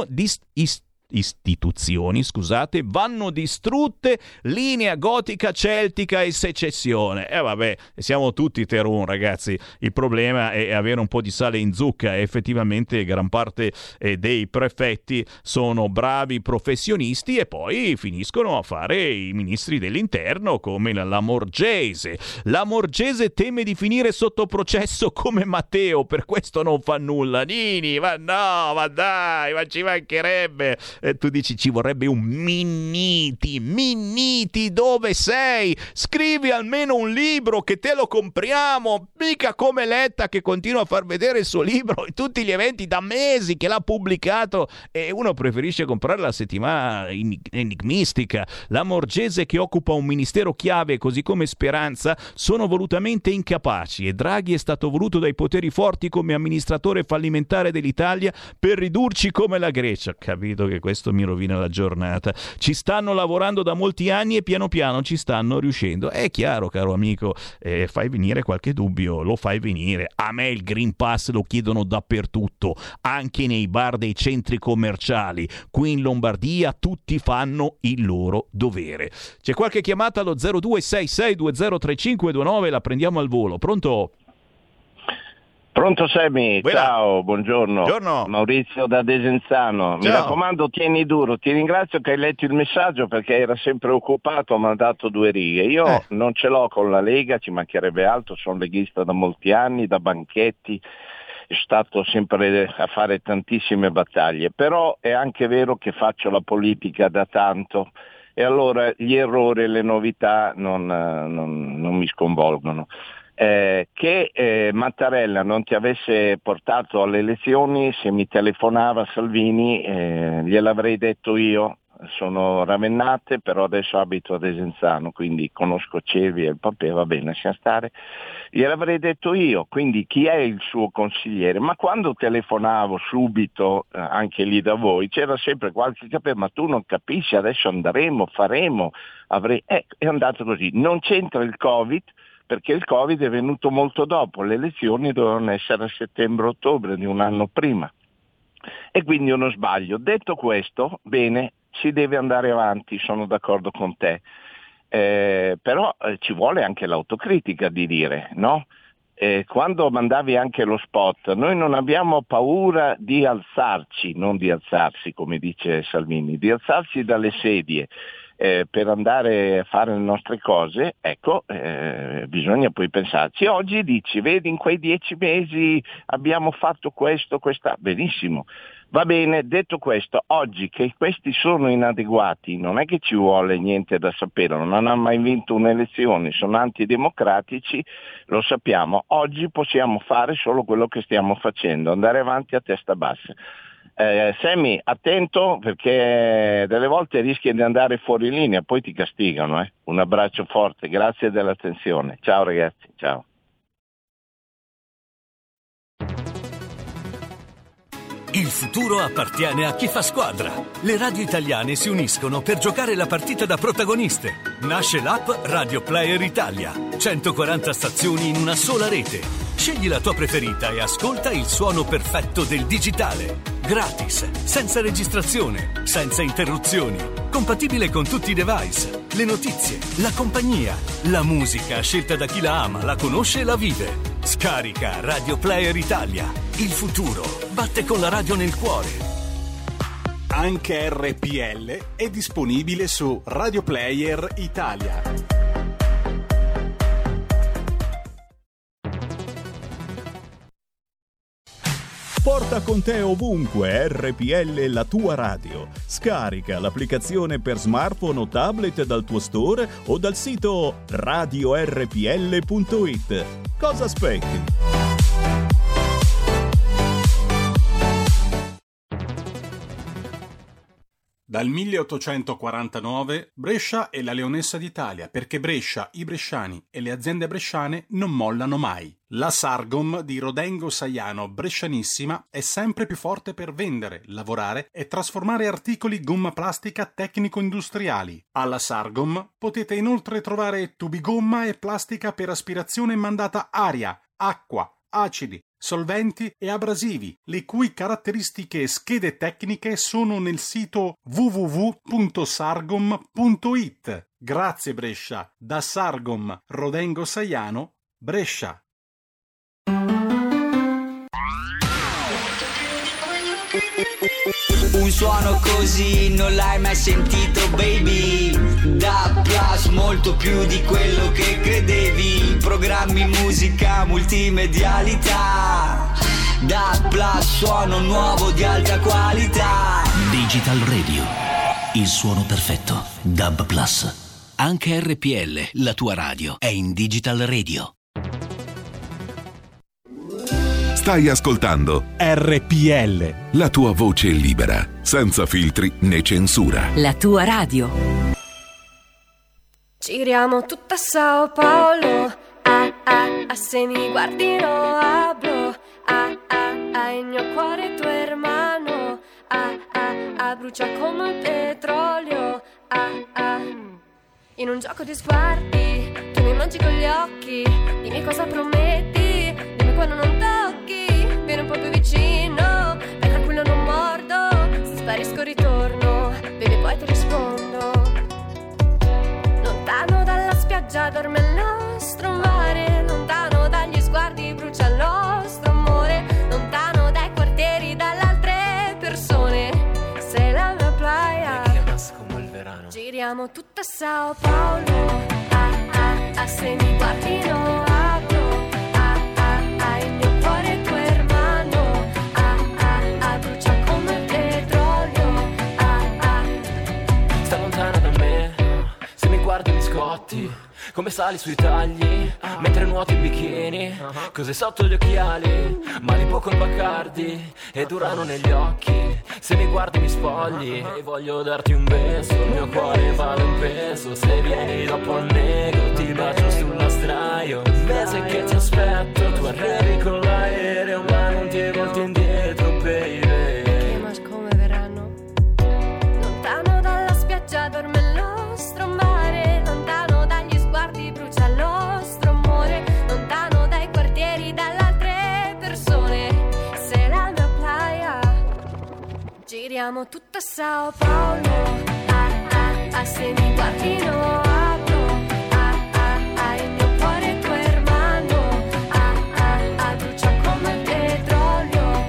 istituzioni, vanno distrutte, linea gotica, celtica e secessione. Vabbè, siamo tutti terun, ragazzi. Il problema è avere un po' di sale in zucca, e effettivamente gran parte dei prefetti sono bravi professionisti e poi finiscono a fare i ministri dell'interno come la Lamorgese. La Lamorgese teme di finire sotto processo come Matteo, per questo non fa nulla. Nini, ma no, ma dai, ma ci mancherebbe. Tu dici ci vorrebbe un Minniti, dove sei? Scrivi almeno un libro che te lo compriamo, mica come Letta che continua a far vedere il suo libro in tutti gli eventi da mesi che l'ha pubblicato, e uno preferisce comprare la settimana enigmistica. La Lamorgese, che occupa un ministero chiave così come Speranza, sono volutamente incapaci, e Draghi è stato voluto dai poteri forti come amministratore fallimentare dell'Italia per ridurci come la Grecia. Capito che questo mi rovina la giornata. Ci stanno lavorando da molti anni e piano piano ci stanno riuscendo. È chiaro, caro amico, fai venire qualche dubbio, lo fai venire. A me il Green Pass lo chiedono dappertutto, anche nei bar dei centri commerciali. Qui in Lombardia tutti fanno il loro dovere. C'è qualche chiamata allo 0266203529, la prendiamo al volo. Pronto? Pronto Sammy, ciao, buongiorno. Buongiorno. Maurizio da Desenzano. Mi raccomando, tieni duro. Ti ringrazio che hai letto il messaggio perché era sempre occupato, ho mandato 2 righe. Io non ce l'ho con la Lega, ci mancherebbe altro, sono leghista da molti anni, da banchetti, è stato sempre a fare tantissime battaglie, però è anche vero che faccio la politica da tanto e allora gli errori e le novità non mi sconvolgono. Che Mattarella non ti avesse portato alle elezioni, se mi telefonava Salvini gliel'avrei detto io. Sono ravennate, però adesso abito a Desenzano, quindi conosco Cevi e il Papè, va bene, lascia stare. Gliel'avrei detto io, quindi chi è il suo consigliere? Ma quando telefonavo subito, anche lì da voi, c'era sempre qualche ma tu non capisci, adesso andremo, faremo, è andato così. Non c'entra il Covid, perché il Covid è venuto molto dopo, le elezioni dovevano essere a settembre-ottobre di un anno prima. E quindi uno sbaglio. Detto questo, bene, si deve andare avanti, sono d'accordo con te, però ci vuole anche l'autocritica di dire, no? Quando mandavi anche lo spot, noi non abbiamo paura di alzarci, non di alzarsi come dice Salvini, di alzarsi dalle sedie per andare a fare le nostre cose, ecco, bisogna poi pensarci. Oggi dici, vedi, in quei 10 mesi abbiamo fatto questo, benissimo. Va bene, detto questo, oggi che questi sono inadeguati, non è che ci vuole niente da sapere, non hanno mai vinto un'elezione, sono antidemocratici, lo sappiamo, oggi possiamo fare solo quello che stiamo facendo, andare avanti a testa bassa. Sammy, attento perché delle volte rischi di andare fuori linea, poi ti castigano. Un abbraccio forte, grazie dell'attenzione. Ciao ragazzi, ciao. Il futuro appartiene a chi fa squadra. Le radio italiane si uniscono per giocare la partita da protagoniste. Nasce l'app Radio Player Italia. 140 stazioni in una sola rete. Scegli la tua preferita e ascolta il suono perfetto del digitale. Gratis, senza registrazione, senza interruzioni. Compatibile con tutti i device. Le notizie, la compagnia, la musica scelta da chi la ama, la conosce e la vive. Scarica Radio Player Italia. Il futuro batte con la radio nel cuore. Anche RPL è disponibile su Radio Player Italia. Porta con te ovunque RPL, la tua radio. Scarica l'applicazione per smartphone o tablet dal tuo store o dal sito radiorpl.it. Cosa aspetti? Dal 1849 Brescia è la leonessa d'Italia, perché Brescia, i bresciani e le aziende bresciane non mollano mai. La Sargom di Rodengo Saiano Brescianissima è sempre più forte per vendere, lavorare e trasformare articoli gomma plastica tecnico-industriali. Alla Sargom potete inoltre trovare tubi gomma e plastica per aspirazione mandata aria, acqua, acidi, solventi e abrasivi, le cui caratteristiche e schede tecniche sono nel sito www.sargom.it. Grazie Brescia, da Sargom Rodengo Saiano, Brescia. Un suono così non l'hai mai sentito, baby. Da Plus, molto più di quello che credevi. Programmi, musica, multimedialità. Da Plus, suono nuovo di alta qualità. Digital Radio, il suono perfetto. DAB Plus. Anche RPL, la tua radio, è in Digital Radio. Stai ascoltando RPL, la tua voce libera, senza filtri né censura. La tua radio. Giriamo tutta Sao Paulo, se mi guardi no hablo, il mio cuore tuo hermano, brucia come il petrolio, in un gioco di sguardi, tu mi mangi con gli occhi, dimmi cosa prometti, dimmi quando non tocchi, vieni un po' più vicino, vai tranquillo non mordo, se sparisco ritorno, bevi poi ti rispondo. Lontano dalla spiaggia dorme il nostro mare, lontano dagli sguardi brucia il nostro amore, lontano dai quartieri, dalle altre persone, sei la mia playa, come il verano. Giriamo tutta Sao Paulo, se mi guardi no apro, il mio cuore tuo hermano, brucia come il petrolio, sta lontano da me, biscotti. Come sali sui tagli, mentre nuoti in bikini. Cos'è sotto gli occhiali, mali poco in Bacardi ed urano negli occhi. Se mi guardi mi spogli e voglio darti un beso. Il mio cuore vale un peso. Se vieni dopo il nego ti bacio sulla straio. Un mese che ti aspetto, tu arrivi con l'aereo ma non ti volti indietro, baby. Che ma come verranno? Lontano dalla spiaggia dorme il nostro mare. Lontano dagli sguardi brucia il nostro amore. Lontano dai quartieri, dalle altre persone. Sei la mia playa. Giriamo tutta Sao Paulo. Se mi guardi no apro. Il mio cuore è tuo hermano. Brucia come il petrolio.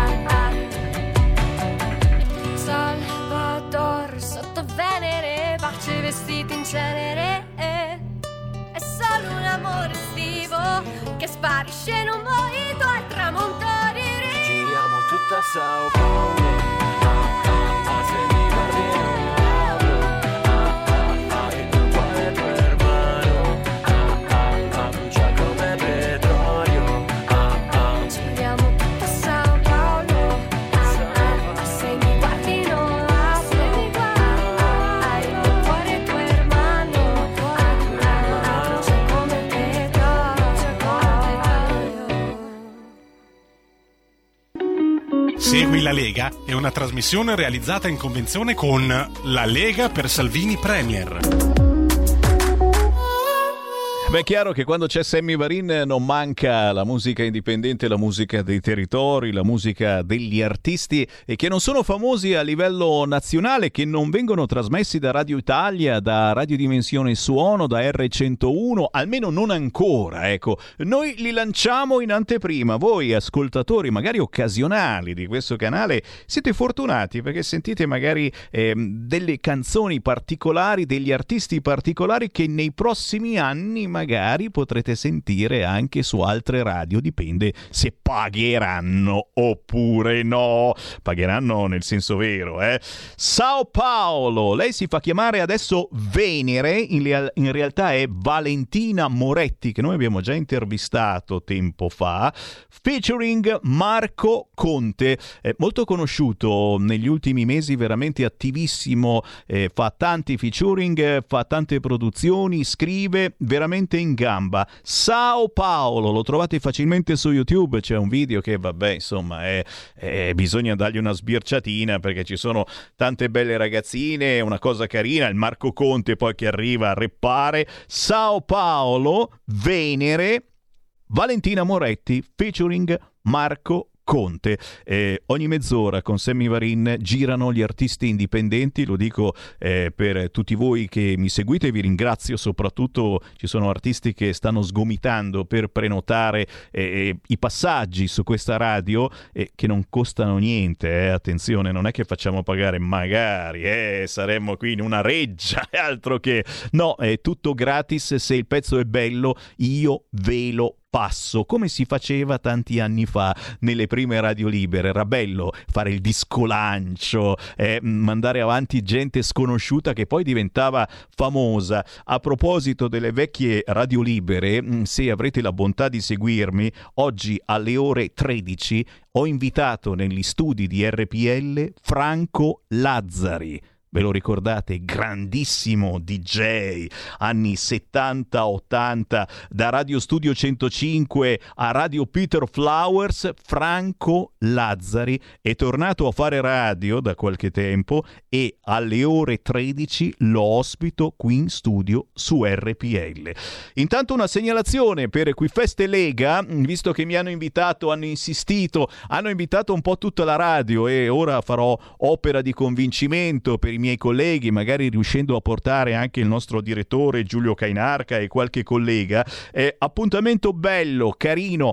Salvador sotto Venere, baci vestiti in cenere. È solo un amore estivo che sparisce in un mojito al tramonto di Rio. Giriamo tutta Sao Paulo. Se mi guardi non apro. Il mio cuore è tuo hermano. Brucia come petrolio. Giriamo tutta Sao Paulo. Se mi guardi non apro. Il mio cuore è tuo hermano. Brucia come petrolio. Segui la Lega è una trasmissione realizzata in convenzione con La Lega per Salvini Premier. Beh, è chiaro che quando c'è Sammy Varin non manca la musica indipendente, la musica dei territori, la musica degli artisti e che non sono famosi a livello nazionale, che non vengono trasmessi da Radio Italia, da Radio Dimensione Suono, da R101, almeno non ancora, ecco. Noi li lanciamo in anteprima. Voi ascoltatori magari occasionali di questo canale siete fortunati perché sentite magari delle canzoni particolari, degli artisti particolari che nei prossimi anni magari potrete sentire anche su altre radio, dipende se pagheranno oppure no. Pagheranno nel senso vero, eh? Sao Paulo, lei si fa chiamare adesso Venere, in realtà è Valentina Moretti, che noi abbiamo già intervistato tempo fa, featuring Marco Conte, molto conosciuto negli ultimi mesi, veramente attivissimo, fa tanti featuring, fa tante produzioni, scrive veramente in gamba. Sao Paulo, lo trovate facilmente su YouTube, c'è un video che vabbè insomma bisogna dargli una sbirciatina perché ci sono tante belle ragazzine, una cosa carina, il Marco Conte poi che arriva a reppare. Sao Paulo, Venere, Valentina Moretti featuring Marco Conte. Ogni mezz'ora con Sammy Varin girano gli artisti indipendenti, lo dico per tutti voi che mi seguite, vi ringrazio, soprattutto ci sono artisti che stanno sgomitando per prenotare i passaggi su questa radio che non costano niente, attenzione, non è che facciamo pagare, magari saremmo qui in una reggia, altro che no, è tutto gratis, se il pezzo è bello io ve lo passo, come si faceva tanti anni fa nelle prime radio libere. Era bello fare il discolancio, mandare avanti gente sconosciuta che poi diventava famosa. A proposito delle vecchie radio libere, se avrete la bontà di seguirmi, oggi alle ore 13 ho invitato negli studi di RPL Franco Lazzari. Ve lo ricordate? Grandissimo DJ, anni 70-80, da Radio Studio 105 a Radio Peter Flowers. Franco Lazzari è tornato a fare radio da qualche tempo e alle ore 13 lo ospito qui in studio su RPL. Intanto una segnalazione per Equifeste Lega, visto che mi hanno invitato, hanno insistito, hanno invitato un po' tutta la radio e ora farò opera di convincimento per i miei colleghi, magari riuscendo a portare anche il nostro direttore Giulio Cainarca e qualche collega. Appuntamento bello, carino,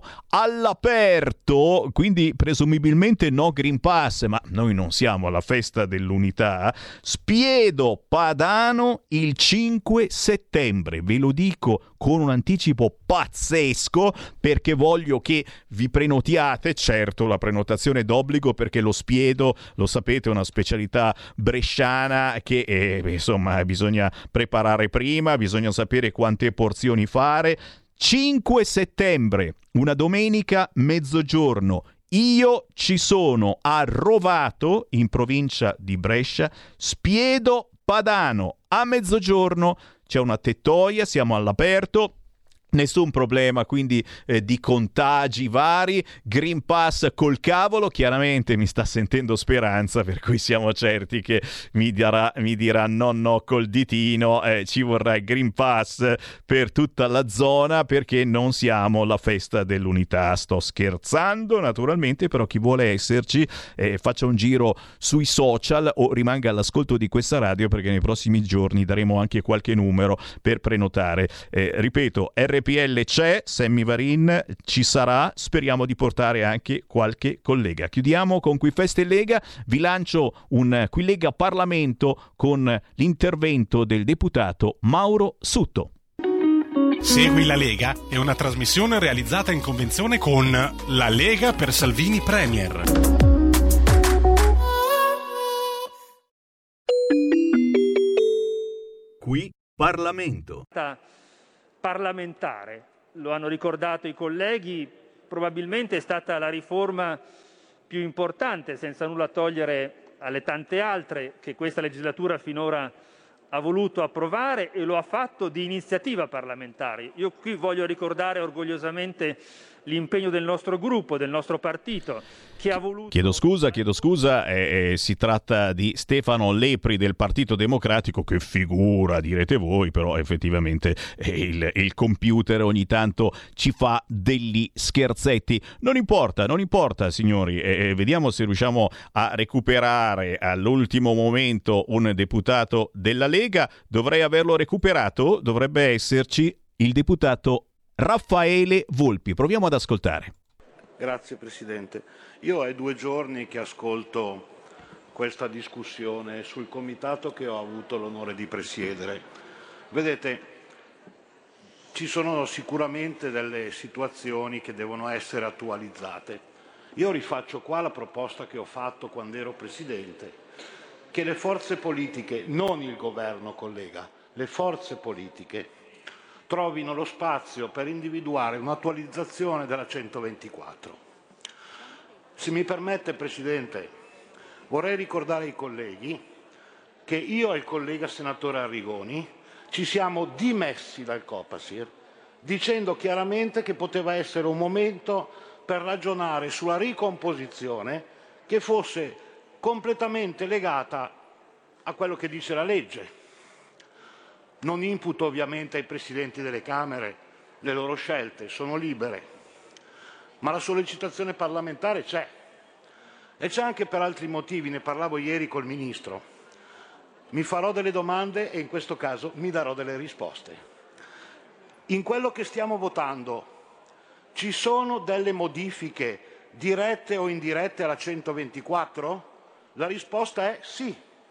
all'aperto, quindi presumibilmente no Green Pass, ma noi non siamo alla festa dell'unità. Spiedo Padano il 5 settembre, ve lo dico con un anticipo pazzesco perché voglio che vi prenotiate. Certo, la prenotazione è d'obbligo perché lo Spiedo, lo sapete, è una specialità bresciana settimana che insomma bisogna preparare prima, bisogna sapere quante porzioni fare. 5 settembre, una domenica, mezzogiorno. Io ci sono a Rovato, in provincia di Brescia, Spiedo Padano, a mezzogiorno. C'è una tettoia, siamo all'aperto. Nessun problema quindi di contagi vari. Green Pass col cavolo, chiaramente mi sta sentendo Speranza, per cui siamo certi che mi dirà no col ditino, ci vorrà il Green Pass per tutta la zona perché non siamo la festa dell'unità. Sto scherzando naturalmente, però chi vuole esserci faccia un giro sui social o rimanga all'ascolto di questa radio, perché nei prossimi giorni daremo anche qualche numero per prenotare. Ripeto, RPL c'è, Sammy Varin ci sarà, speriamo di portare anche qualche collega. Chiudiamo con Qui Feste Lega, vi lancio un Qui Lega Parlamento con l'intervento del deputato Mauro Sutto. Segui la Lega è una trasmissione realizzata in convenzione con La Lega per Salvini Premier. Qui Parlamento. Parlamentare, lo hanno ricordato i colleghi, probabilmente è stata la riforma più importante, senza nulla togliere alle tante altre che questa legislatura finora ha voluto approvare, e lo ha fatto di iniziativa parlamentare. Io qui voglio ricordare orgogliosamente l'impegno del nostro gruppo, del nostro partito, che ha voluto... Chiedo scusa, si tratta di Stefano Lepri del Partito Democratico. Che figura, direte voi, però effettivamente il computer ogni tanto ci fa degli scherzetti. Non importa signori, vediamo se riusciamo a recuperare all'ultimo momento un deputato della Lega. Dovrei averlo recuperato, dovrebbe esserci il deputato Raffaele Volpi. Proviamo ad ascoltare. Grazie Presidente. Io è 2 giorni che ascolto questa discussione sul comitato che ho avuto l'onore di presiedere. Vedete, ci sono sicuramente delle situazioni che devono essere attualizzate. Io rifaccio qua la proposta che ho fatto quando ero Presidente, che le forze politiche, non il governo collega, le forze politiche trovino lo spazio per individuare un'attualizzazione della 124. Se mi permette, Presidente, vorrei ricordare ai colleghi che io e il collega senatore Arrigoni ci siamo dimessi dal Copasir dicendo chiaramente che poteva essere un momento per ragionare sulla ricomposizione che fosse completamente legata a quello che dice la legge. Non imputo ovviamente ai Presidenti delle Camere le loro scelte, sono libere, ma la sollecitazione parlamentare c'è, e c'è anche per altri motivi, ne parlavo ieri col Ministro. Mi farò delle domande e in questo caso mi darò delle risposte. In quello che stiamo votando ci sono delle modifiche dirette o indirette alla 124? La risposta è sì,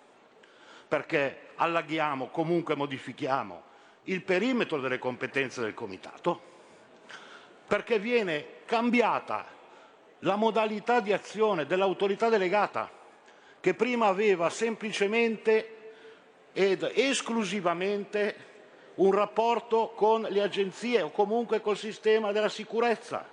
perché allaghiamo, comunque modifichiamo il perimetro delle competenze del Comitato, perché viene cambiata la modalità di azione dell'autorità delegata, che prima aveva semplicemente ed esclusivamente un rapporto con le agenzie o comunque col sistema della sicurezza.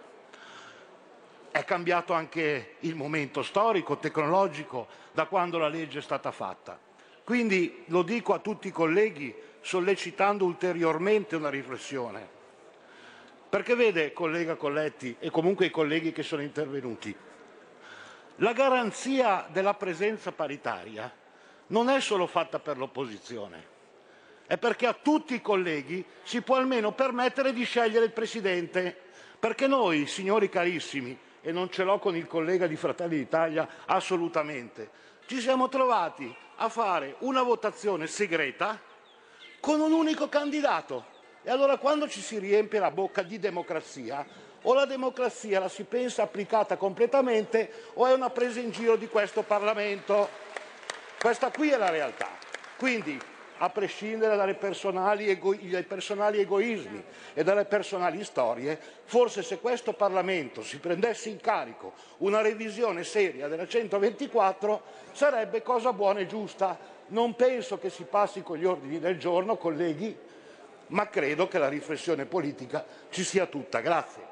È cambiato anche il momento storico, tecnologico, da quando la legge è stata fatta. Quindi lo dico a tutti i colleghi sollecitando ulteriormente una riflessione. Perché vede, collega Colletti, e comunque i colleghi che sono intervenuti, la garanzia della presenza paritaria non è solo fatta per l'opposizione, è perché a tutti i colleghi si può almeno permettere di scegliere il Presidente. Perché noi, signori carissimi, e non ce l'ho con il collega di Fratelli d'Italia assolutamente, ci siamo trovati a fare una votazione segreta con un unico candidato. E allora quando ci si riempie la bocca di democrazia, o la democrazia la si pensa applicata completamente o è una presa in giro di questo Parlamento. Questa qui è la realtà. Quindi, a prescindere dalle dai personali egoismi e dalle personali storie, forse se questo Parlamento si prendesse in carico una revisione seria della 124 sarebbe cosa buona e giusta. Non penso che si passi con gli ordini del giorno, colleghi, ma credo che la riflessione politica ci sia tutta. Grazie.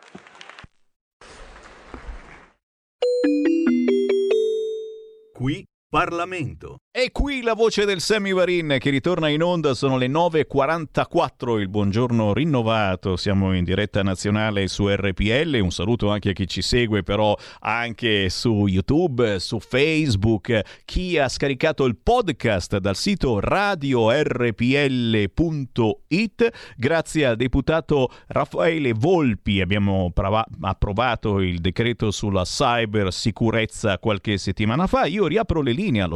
Qui Parlamento. E qui la voce del Semivarin che ritorna in onda, sono le 9.44, il buongiorno rinnovato, siamo in diretta nazionale su RPL, un saluto anche a chi ci segue però anche su YouTube, su Facebook, chi ha scaricato il podcast dal sito radiorpl.it, grazie al deputato Raffaele Volpi abbiamo approvato il decreto sulla cybersicurezza qualche settimana fa. Io riapro le linee allo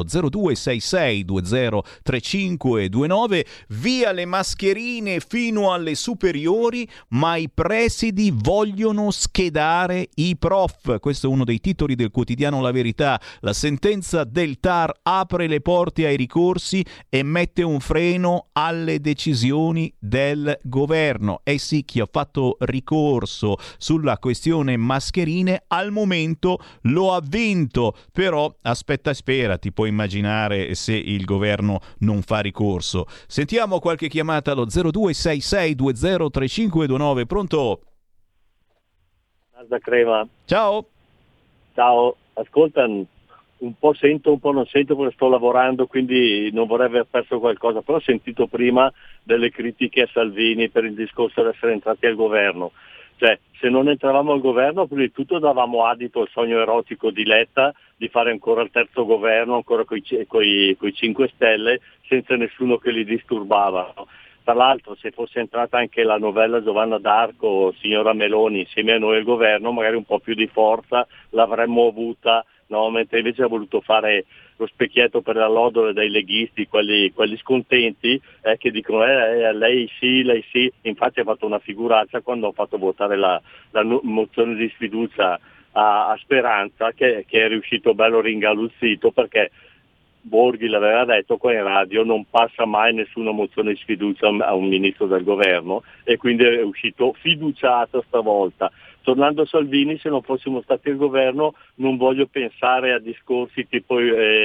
0266203529, via le mascherine fino alle superiori, ma i presidi vogliono schedare i prof. Questo è uno dei titoli del quotidiano La Verità. La sentenza del TAR apre le porte ai ricorsi e mette un freno alle decisioni del governo. Eh sì, chi ha fatto ricorso sulla questione mascherine al momento lo ha vinto, però aspetta e spera, ti puoi immaginare se il governo non fa ricorso. Sentiamo qualche chiamata allo 0266203529. Pronto? Da Crema. Ciao. Ciao, ascolta, un po' sento, un po' non sento perché sto lavorando, quindi non vorrei aver perso qualcosa, però ho sentito prima delle critiche a Salvini per il discorso di essere entrati al governo. Cioè, se non entravamo al governo, prima di tutto davamo adito al sogno erotico di Letta di fare ancora il terzo governo, ancora coi 5 Stelle, senza nessuno che li disturbava. No? Tra l'altro, se fosse entrata anche la novella Giovanna d'Arco, signora Meloni, insieme a noi al governo, magari un po' più di forza l'avremmo avuta, no? Mentre invece ha voluto fare lo specchietto per la lodole dai leghisti, quelli scontenti, che dicono lei sì, infatti ha fatto una figuraccia quando ha fatto votare la mozione di sfiducia a Speranza, che è riuscito bello ringaluzzito, perché Borghi l'aveva detto qua in radio, non passa mai nessuna mozione di sfiducia a un ministro del governo, e quindi è uscito fiduciato stavolta. Tornando a Salvini, se non fossimo stati al governo non voglio pensare a discorsi tipo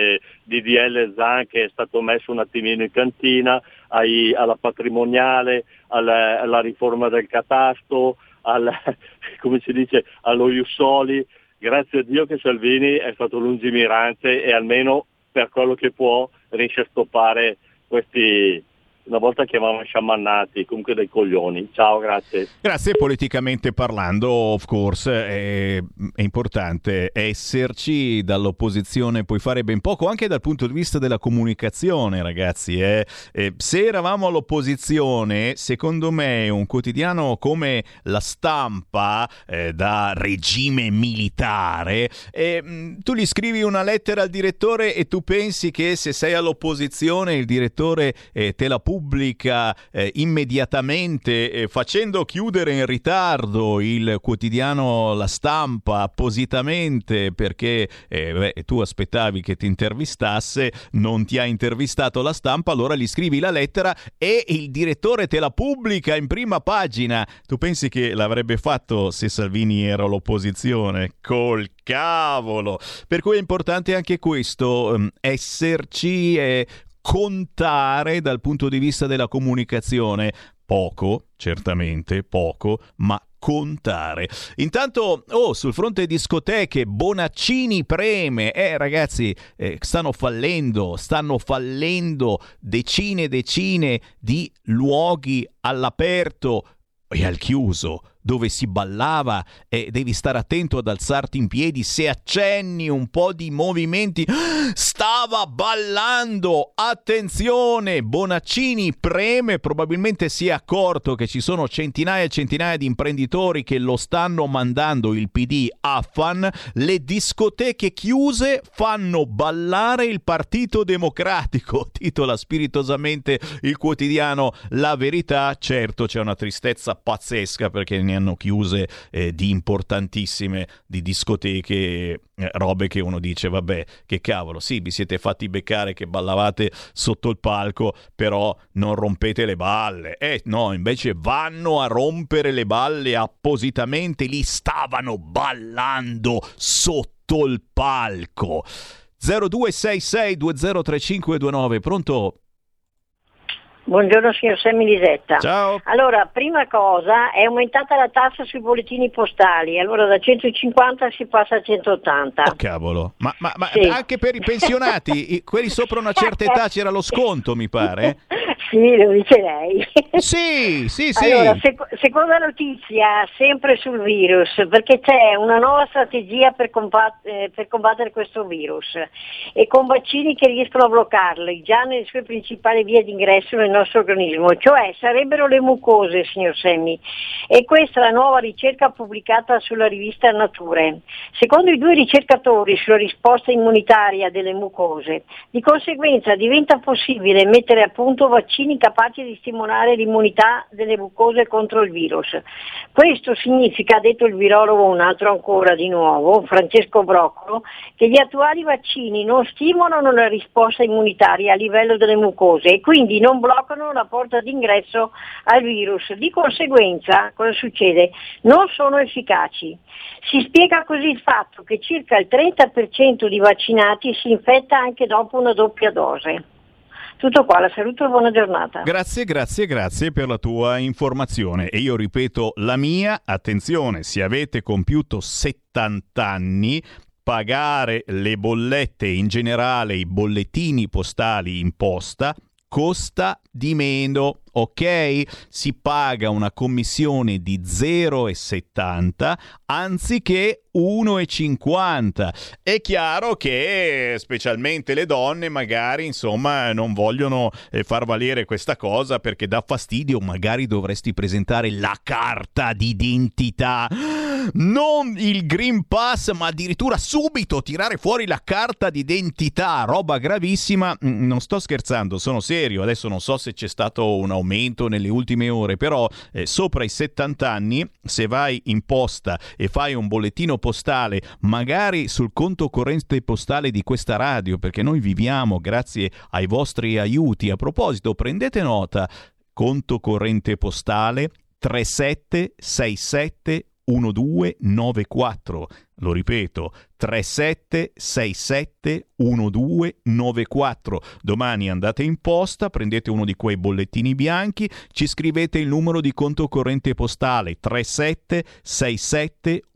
DDL Zan, che è stato messo un attimino in cantina, alla patrimoniale, alla riforma del catasto, come si dice, allo Ius Soli. Grazie a Dio che Salvini è stato lungimirante e almeno per quello che può riesce a stoppare questi, una volta chiamavano sciamannati, comunque dei coglioni. Ciao, grazie. Grazie. Politicamente parlando, of course, è importante esserci, dall'opposizione puoi fare ben poco, anche dal punto di vista della comunicazione, ragazzi. Se eravamo all'opposizione, secondo me un quotidiano come La Stampa, da regime militare, tu gli scrivi una lettera al direttore e tu pensi che se sei all'opposizione il direttore te la pubblica immediatamente, facendo chiudere in ritardo il quotidiano La Stampa appositamente perché tu aspettavi che ti intervistasse, non ti ha intervistato La Stampa, allora gli scrivi la lettera e il direttore te la pubblica in prima pagina. Tu pensi che l'avrebbe fatto se Salvini era all'opposizione? Col cavolo! Per cui è importante anche questo, esserci e contare dal punto di vista della comunicazione. Poco, certamente poco, ma contare. Intanto, sul fronte discoteche, Bonaccini preme. Ragazzi, stanno fallendo decine di luoghi all'aperto e al chiuso dove si ballava, e devi stare attento ad alzarti in piedi se accenni un po' di movimenti. Stava ballando, attenzione! Bonaccini preme, probabilmente si è accorto che ci sono centinaia e centinaia di imprenditori che lo stanno mandando il PD affan. Le discoteche chiuse fanno ballare il Partito Democratico, titola spiritosamente il quotidiano La Verità. Certo, c'è una tristezza pazzesca perché ne hanno chiuse di importantissime, di discoteche, robe che uno dice vabbè, che cavolo, sì, vi siete fatti beccare che ballavate sotto il palco, però non rompete le balle. No, invece vanno a rompere le balle appositamente, li stavano ballando sotto il palco. 0266 203529. Pronto? Buongiorno signor Semmi Lisetta. Ciao. Allora, prima cosa, è aumentata la tassa sui bollettini postali, allora da 150 si passa a 180. Oh cavolo, ma Sì. anche per i pensionati, quelli sopra una certa età c'era lo sconto, mi pare. Sì, lo dice lei. Sì. Allora, seconda notizia, sempre sul virus, perché c'è una nuova strategia per combattere questo virus e con vaccini che riescono a bloccarli già nelle sue principali vie d'ingresso nel nostro organismo, cioè sarebbero le mucose, signor Semmi, e questa è la nuova ricerca pubblicata sulla rivista Nature. Secondo i 2 ricercatori sulla risposta immunitaria delle mucose, di conseguenza diventa possibile mettere a punto vaccini capaci di stimolare l'immunità delle mucose contro il virus. Questo significa, ha detto il virologo un altro ancora di nuovo, Francesco Broccolo, che gli attuali vaccini non stimolano la risposta immunitaria a livello delle mucose e quindi non bloccano la porta d'ingresso al virus. Di conseguenza, cosa succede? Non sono efficaci. Si spiega così il fatto che circa il 30% di vaccinati si infetta anche dopo una doppia dose. Tutto qua, la saluto e buona giornata. Grazie per la tua informazione. E io ripeto la mia, attenzione, se avete compiuto 70 anni, pagare le bollette, in generale i bollettini postali in posta, costa di meno, ok? Si paga una commissione di 0,70 anziché 1,50. È chiaro che specialmente le donne magari insomma non vogliono far valere questa cosa perché dà fastidio, magari dovresti presentare la carta d'identità, non il Green Pass, ma addirittura subito tirare fuori la carta d'identità, roba gravissima. Non sto scherzando, sono serio. Adesso non so se c'è stato un aumento nelle ultime ore, però sopra i 70 anni, se vai in posta e fai un bollettino postale, magari sul conto corrente postale di questa radio, perché noi viviamo grazie ai vostri aiuti. A proposito, prendete nota, conto corrente postale 3767 1294, lo ripeto, 3767 1294. Domani andate in posta, prendete uno di quei bollettini bianchi, ci scrivete il numero di conto corrente postale 3767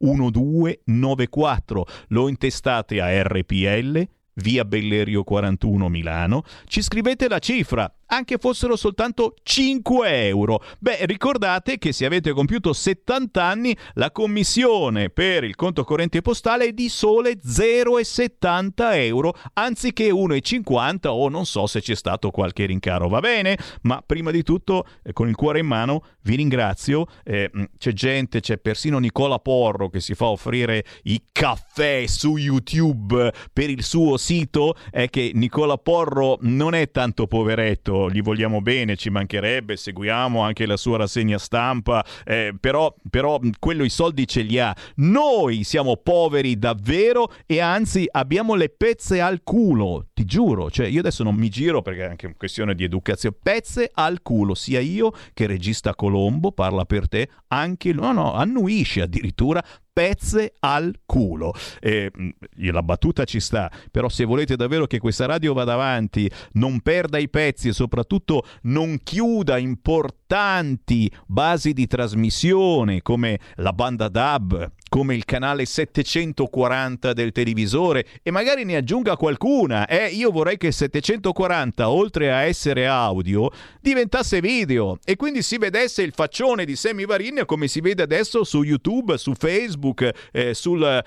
1294, lo intestate a RPL, via Bellerio 41 Milano, ci scrivete la cifra, anche fossero soltanto 5 euro. Beh, ricordate che se avete compiuto 70 anni la commissione per il conto corrente postale è di sole 0,70 euro anziché 1,50, o non so se c'è stato qualche rincaro, va bene? Ma prima di tutto, con il cuore in mano, vi ringrazio. C'è gente, c'è persino Nicola Porro che si fa offrire i caffè su YouTube per il suo sito. È che Nicola Porro non è tanto poveretto, gli vogliamo bene, ci mancherebbe, seguiamo anche la sua rassegna stampa, però quello i soldi ce li ha. Noi siamo poveri davvero e anzi abbiamo le pezze al culo, ti giuro. Cioè, io adesso non mi giro perché è anche una questione di educazione. Pezze al culo, sia io che regista Colombo, parla per te, anche annuisce addirittura, pezze al culo. La battuta ci sta, però se volete davvero che questa radio vada avanti, non perda i pezzi e soprattutto non chiuda importanti basi di trasmissione come la banda DAB, come il canale 740 del televisore, e magari ne aggiunga qualcuna. Io vorrei che il 740, oltre a essere audio, diventasse video e quindi si vedesse il faccione di Sammy Varin come si vede adesso su YouTube, su Facebook, sulla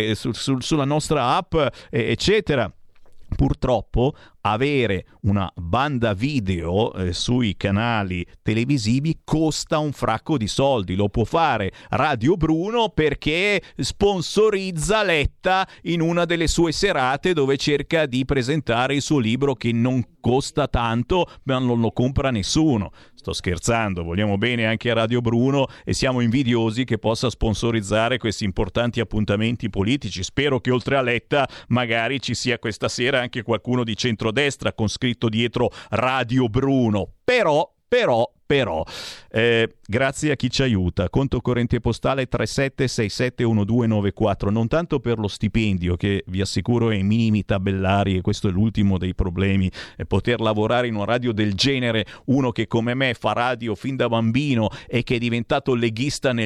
nostra app, eccetera. Purtroppo avere una banda video sui canali televisivi costa un fracco di soldi. Lo può fare Radio Bruno perché sponsorizza Letta in una delle sue serate dove cerca di presentare il suo libro che non costa tanto, ma non lo compra nessuno. Sto scherzando, vogliamo bene anche a Radio Bruno e siamo invidiosi che possa sponsorizzare questi importanti appuntamenti politici. Spero che oltre a Letta magari ci sia questa sera anche qualcuno di centrodestra con scritto dietro Radio Bruno. Però grazie a chi ci aiuta. Conto corrente postale 37671294, non tanto per lo stipendio, che vi assicuro è ai minimi tabellari, e questo è l'ultimo dei problemi, poter lavorare in una radio del genere, uno che come me fa radio fin da bambino e che è diventato leghista nel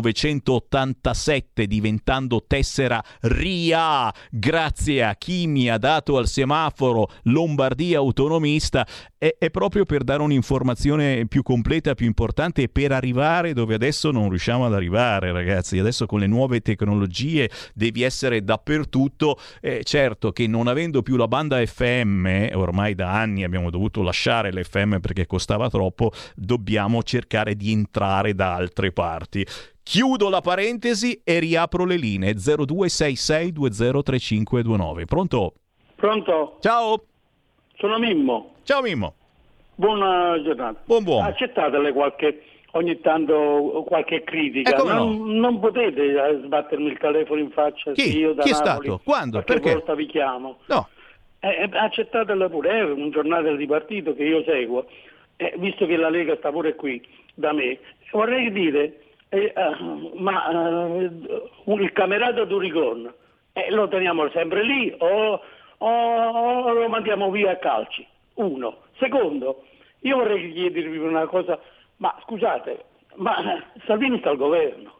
1987 diventando tessera RIA grazie a chi mi ha dato al semaforo Lombardia autonomista, è proprio per dare un'informazione più completa, più importante, e per arrivare dove adesso non riusciamo ad arrivare, ragazzi. Adesso con le nuove tecnologie devi essere dappertutto. Certo che non avendo più la banda FM, ormai da anni abbiamo dovuto lasciare l'FM perché costava troppo, dobbiamo cercare di entrare da altre parti. Chiudo la parentesi e riapro le linee. 0266203529. Pronto? Pronto? Ciao. Sono Mimmo. Ciao Mimmo. Buona giornata. Buon. Accettatele ogni tanto qualche critica. Non potete sbattermi il telefono in faccia. Chi? Io da Chi è Napoli, stato? Quando? Perché volta vi chiamo? No. Accettatela pure, è un giornale di partito che io seguo. Visto che la Lega sta pure qui da me, vorrei dire, il camerata Durigon lo teniamo sempre lì o lo mandiamo via a calci? Uno. Secondo, io vorrei chiedervi una cosa, ma scusate, ma Salvini sta al governo,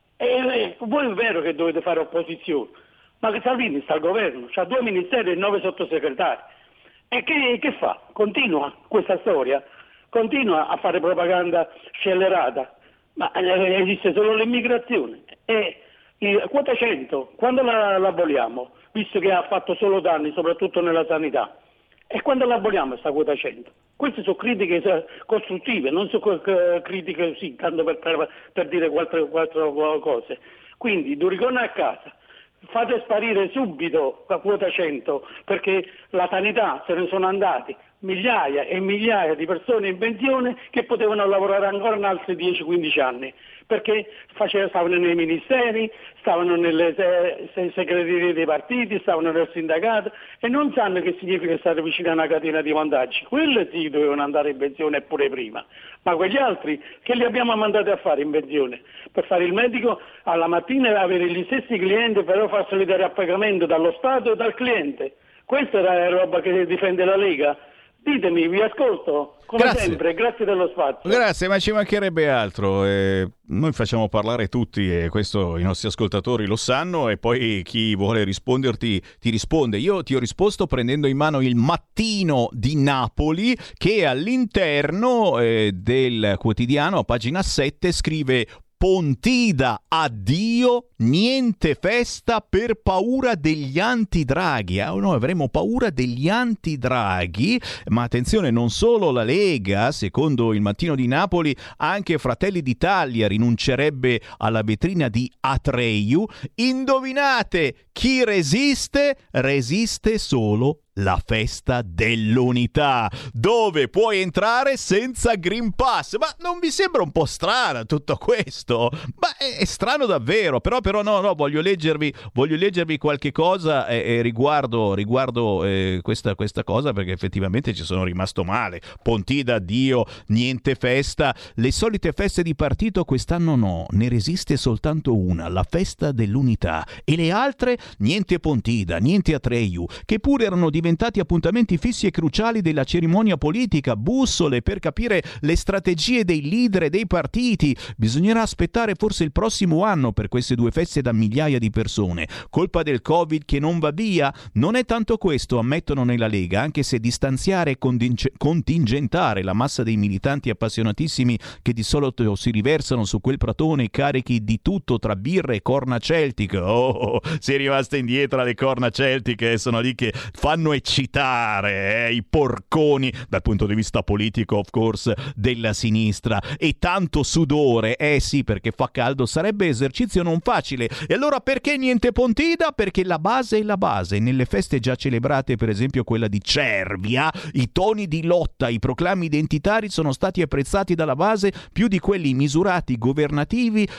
voi è vero che dovete fare opposizione, ma che Salvini sta al governo, c'ha 2 ministeri e 9 sottosegretari, e che fa? Continua questa storia? Continua a fare propaganda scellerata? Ma esiste solo l'immigrazione, e quota 100, quando la aboliamo, visto che ha fatto solo danni soprattutto nella sanità? E quando la aboliamo questa quota 100? Queste sono critiche costruttive, non sono critiche così, tanto per dire quattro cose. Quindi Durigon a casa, fate sparire subito la quota 100, perché la sanità se ne sono andati migliaia e migliaia di persone in pensione che potevano lavorare ancora in altri 10-15 anni, perché stavano nei ministeri, stavano nelle segreterie dei partiti, stavano nel sindacato e non sanno che significa stare vicino a una catena di vantaggi. Quelle sì dovevano andare in pensione pure prima, ma quegli altri che li abbiamo mandati a fare in pensione? Per fare il medico alla mattina e avere gli stessi clienti, però farseli dare a pagamento dallo Stato e dal cliente. Questa è la roba che difende la Lega? Ditemi, vi ascolto, come sempre, grazie dello spazio. Grazie, ma ci mancherebbe altro. Noi facciamo parlare tutti e questo i nostri ascoltatori lo sanno, e poi chi vuole risponderti ti risponde. Io ti ho risposto prendendo in mano il Mattino di Napoli, che all'interno del quotidiano, a pagina 7, scrive: Pontida, addio, niente festa per paura degli anti-Draghi. Noi avremo paura degli anti-Draghi, ma attenzione, non solo la Lega, secondo il Mattino di Napoli, anche Fratelli d'Italia rinuncerebbe alla vetrina di Atreju. Indovinate chi resiste? Resiste solo la festa dell'unità, dove puoi entrare senza Green Pass. Ma non vi sembra un po' strano tutto questo? Ma è strano davvero, però no, voglio leggervi qualche cosa riguardo questa cosa, perché effettivamente ci sono rimasto male. Pontida, Dio, niente festa. Le solite feste di partito quest'anno no, ne resiste soltanto una, la festa dell'unità, e le altre niente Pontida, niente Atreju, che pure erano diventati appuntamenti fissi e cruciali della cerimonia politica, bussole per capire le strategie dei leader e dei partiti. Bisognerà aspettare forse il prossimo anno per queste due feste da migliaia di persone. Colpa del Covid che non va via? Non è tanto questo, ammettono nella Lega, anche se distanziare e contingentare la massa dei militanti appassionatissimi che di solito si riversano su quel pratone carichi di tutto tra birre e corna celtiche. Si è rimasta indietro alle corna celtiche, sono lì che fanno eccitare i porconi dal punto di vista politico, of course, della sinistra. E tanto sudore, sì, perché fa caldo, sarebbe esercizio non facile. E allora perché niente Pontida? Perché la base è la base. Nelle feste già celebrate, per esempio quella di Cervia, i toni di lotta, i proclami identitari sono stati apprezzati dalla base più di quelli misurati governativi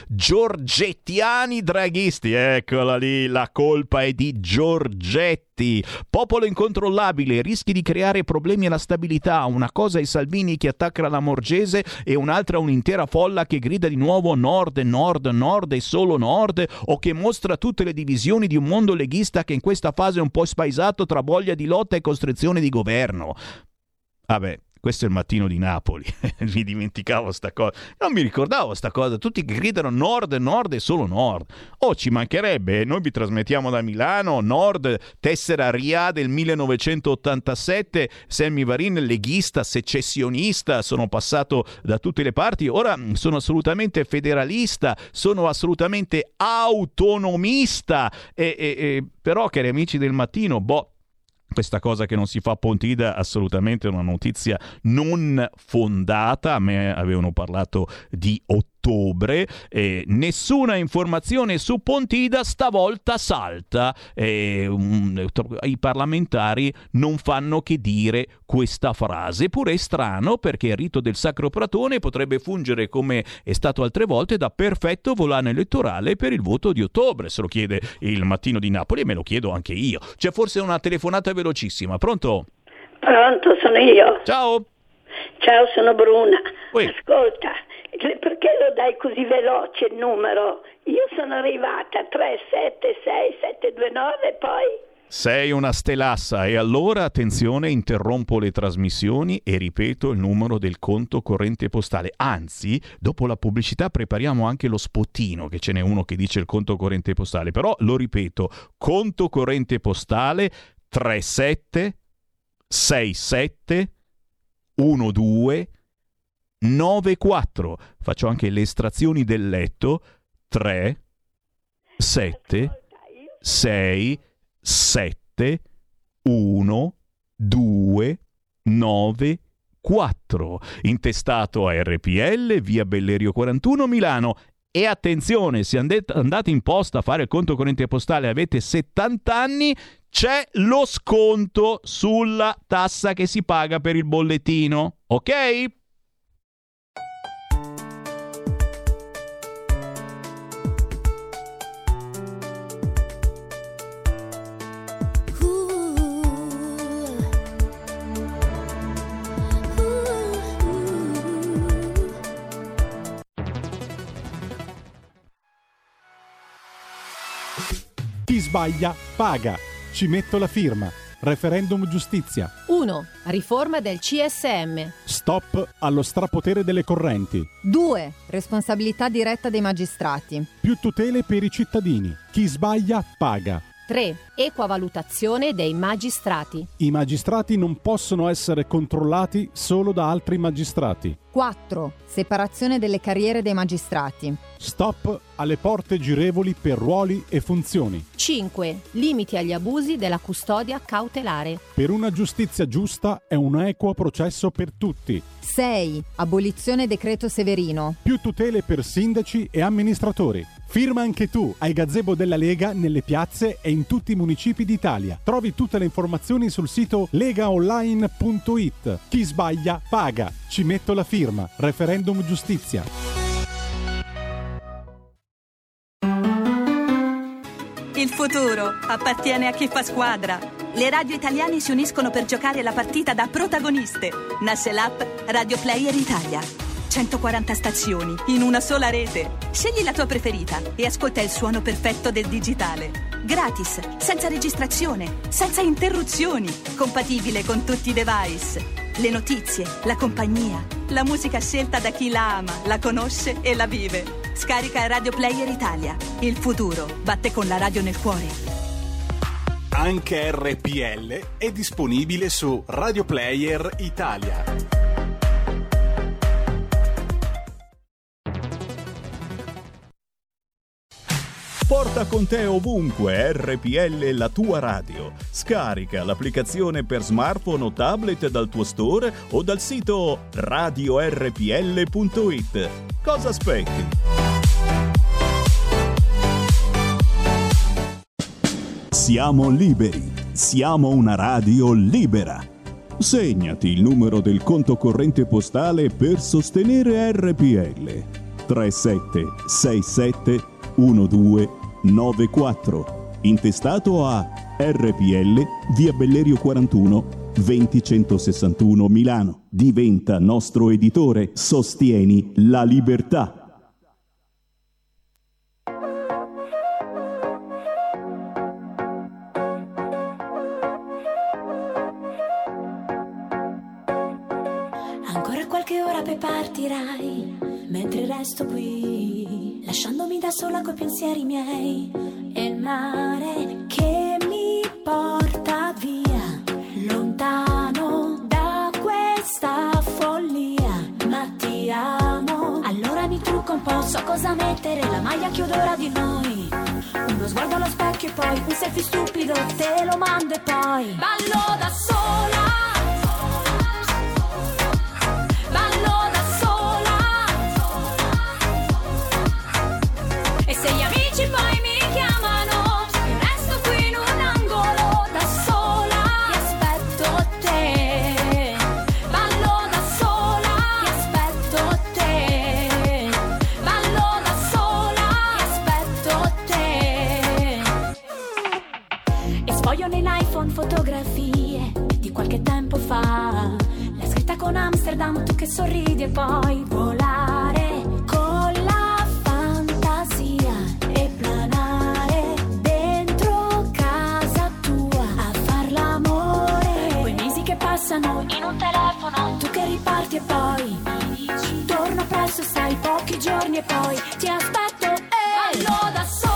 giorgettiani draghisti. Eccola lì, la colpa è di Giorgetti. Popolo in incontrollabile, rischi di creare problemi alla stabilità. Una cosa è Salvini che attacca la Lamorgese e un'altra un'intera folla che grida di nuovo nord, nord, nord e solo nord, o che mostra tutte le divisioni di un mondo leghista che in questa fase è un po' spaesato tra voglia di lotta e costrizione di governo. Vabbè, questo è il Mattino di Napoli. Mi dimenticavo sta cosa, non mi ricordavo sta cosa. Tutti che gridano nord, nord e solo nord. Ci mancherebbe, noi vi trasmettiamo da Milano. Nord, tessera RIA del 1987, Sammy Varin leghista, secessionista, sono passato da tutte le parti, ora sono assolutamente federalista, sono assolutamente autonomista, però, cari amici del Mattino, questa cosa che non si fa Pontida assolutamente una notizia non fondata. A me avevano parlato di ottobre, nessuna informazione su Pontida, stavolta salta. I parlamentari non fanno che dire questa frase, eppure è strano perché il rito del Sacro Pratone potrebbe fungere, come è stato altre volte, da perfetto volano elettorale per il voto di ottobre. Se lo chiede il Mattino di Napoli e me lo chiedo anche io. C'è forse una telefonata velocissima. Pronto? Pronto, sono io. Ciao. Ciao, sono Bruna. Ui. Ascolta, perché lo dai così veloce il numero? Io sono arrivata a 376729 e poi... Sei una stelassa, e allora attenzione, interrompo le trasmissioni e ripeto il numero del conto corrente postale. Anzi, dopo la pubblicità prepariamo anche lo spottino, che ce n'è uno che dice il conto corrente postale, però lo ripeto: conto corrente postale 3767 12 94. Faccio anche le estrazioni del letto: 3 7 6 7 1 2 9 4, intestato a RPL, via Bellerio 41, Milano. E attenzione, se andate in posta a fare il conto corrente postale e avete 70 anni, c'è lo sconto sulla tassa che si paga per il bollettino, ok? Chi sbaglia paga. Ci metto la firma. Referendum giustizia. 1. Riforma del CSM. Stop allo strapotere delle correnti. 2. Responsabilità diretta dei magistrati. Più tutele per i cittadini. Chi sbaglia paga. 3. Equa valutazione dei magistrati. I magistrati non possono essere controllati solo da altri magistrati. 4. Separazione delle carriere dei magistrati. Stop alle porte girevoli per ruoli e funzioni. 5. Limiti agli abusi della custodia cautelare. Per una giustizia giusta e un equo processo per tutti. 6. Abolizione decreto Severino. Più tutele per sindaci e amministratori. Firma anche tu ai gazebo della Lega nelle piazze e in tutti i municipi d'Italia. Trovi tutte le informazioni sul sito legaonline.it. Chi sbaglia paga. Ci metto la firma. Referendum giustizia. Il futuro appartiene a chi fa squadra. Le radio italiane si uniscono per giocare la partita da protagoniste. Nasce l'app Radio Player Italia. 140 stazioni in una sola rete. Scegli la tua preferita e ascolta il suono perfetto del digitale. Gratis, senza registrazione, senza interruzioni, compatibile con tutti i device. Le notizie, la compagnia, la musica scelta da chi la ama, la conosce e la vive. Scarica Radio Player Italia. Il futuro batte con la radio nel cuore. Anche RPL è disponibile su Radio Player Italia. Porta con te ovunque RPL, la tua radio. Scarica l'applicazione per smartphone o tablet dal tuo store o dal sito radiorpl.it. Cosa aspetti? Siamo liberi. Siamo una radio libera. Segnati il numero del conto corrente postale per sostenere RPL. 3767 1294. Intestato a RPL, via Bellerio 41, 20161 Milano. Diventa nostro editore. Sostieni la libertà. Ancora qualche ora poi partirai, mentre resto qui, lasciandomi da sola coi pensieri miei. E il mare che mi porta via, lontano da questa follia. Ma ti amo, allora mi trucco un po', so cosa mettere, la maglia chiudo ora di noi. Uno sguardo allo specchio e poi un selfie stupido, te lo mando e poi ballo da sola. Fotografie di qualche tempo fa, la scritta con Amsterdam, tu che sorridi e poi volare con la fantasia e planare dentro casa tua a far l'amore. Quei mesi che passano in un telefono, tu che riparti e poi mi dici torno presto, sai, pochi giorni e poi ti aspetto e ballo da sola.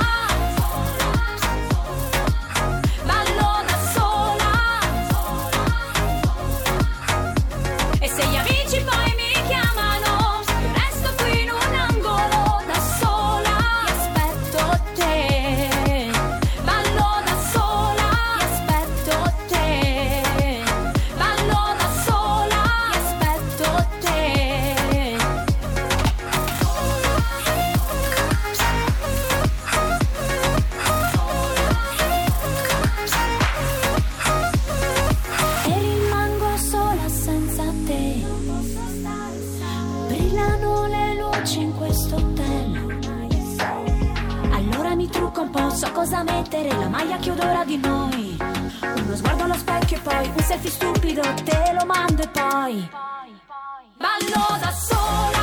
So cosa mettere, la maglia chiudo ora di noi. Uno sguardo allo specchio e poi un selfie stupido, te lo mando e poi ballo da sola.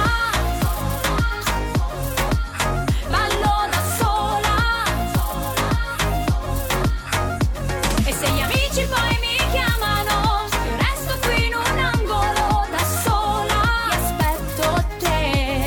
Ballo da sola. E se gli amici poi mi chiamano, io resto qui in un angolo da sola e aspetto te.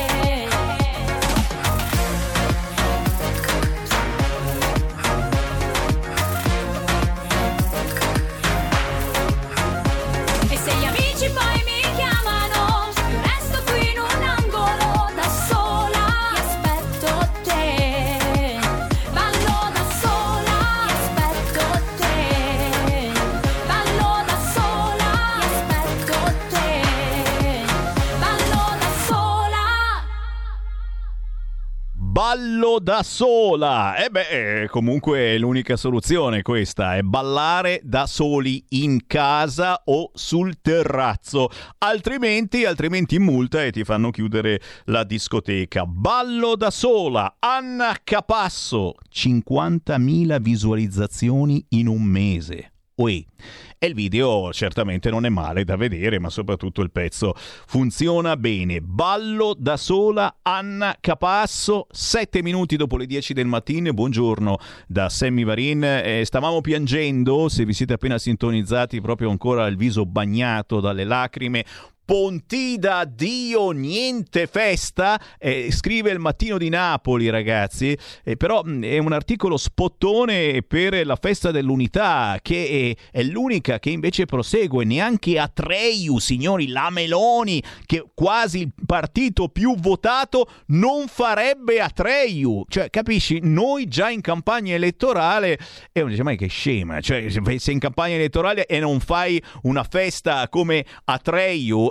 Ballo da sola. Comunque l'unica soluzione questa è ballare da soli in casa o sul terrazzo, altrimenti in multa e ti fanno chiudere la discoteca. Ballo da sola, Anna Capasso, 50.000 visualizzazioni in un mese. E il video certamente non è male da vedere, ma soprattutto il pezzo funziona bene. Ballo da sola, Anna Capasso, 7 minuti dopo le 10 del mattino. Buongiorno da Sammy Varin. Stavamo piangendo, se vi siete appena sintonizzati, proprio ancora il viso bagnato dalle lacrime. Pontida, Dio, niente festa, scrive il Mattino di Napoli, ragazzi, però è un articolo spottone per la festa dell'unità, che è l'unica che invece prosegue. Neanche Atreju, signori, la Meloni, che quasi il partito più votato, non farebbe Atreju. Cioè, capisci? Noi già in campagna elettorale, e non dice mai che scema, cioè se in campagna elettorale e non fai una festa come Atreju,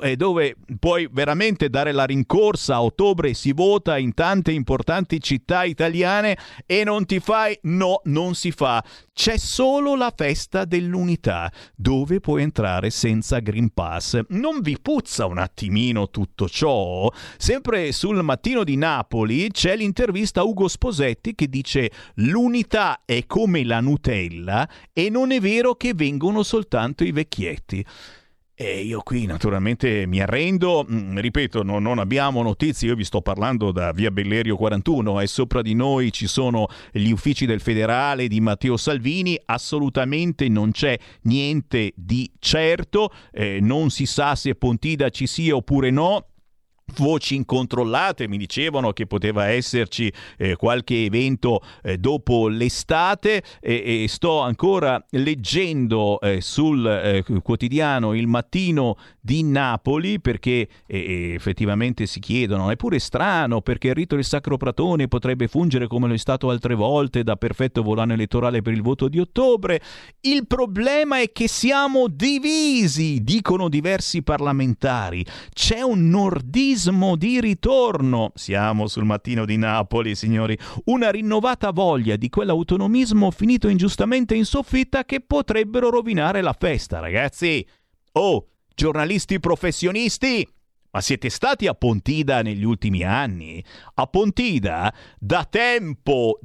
dove puoi veramente dare la rincorsa. A ottobre si vota in tante importanti città italiane e non ti fai? No, non si fa. C'è solo la festa dell'unità, dove puoi entrare senza Green Pass. Non vi puzza un attimino tutto ciò? Sempre sul Mattino di Napoli c'è l'intervista a Ugo Sposetti che dice: l'unità è come la Nutella e non è vero che vengono soltanto i vecchietti. E io qui naturalmente mi arrendo, ripeto, non abbiamo notizie, io vi sto parlando da via Bellerio 41 e sopra di noi ci sono gli uffici del federale di Matteo Salvini, assolutamente non c'è niente di certo, non si sa se Pontida ci sia oppure no. Voci incontrollate mi dicevano che poteva esserci qualche evento dopo l'estate e sto ancora leggendo sul quotidiano Il Mattino di Napoli perché effettivamente si chiedono, è pure strano perché il rito del Sacro Pratone potrebbe fungere come lo è stato altre volte da perfetto volano elettorale per il voto di ottobre. Il problema è che siamo divisi, dicono diversi parlamentari, c'è un nordismo di ritorno. Siamo sul Mattino di Napoli, signori, una rinnovata voglia di quell'autonomismo finito ingiustamente in soffitta che potrebbero rovinare la festa, ragazzi. Oh, giornalisti professionisti, ma siete stati a Pontida negli ultimi anni? A Pontida da tempo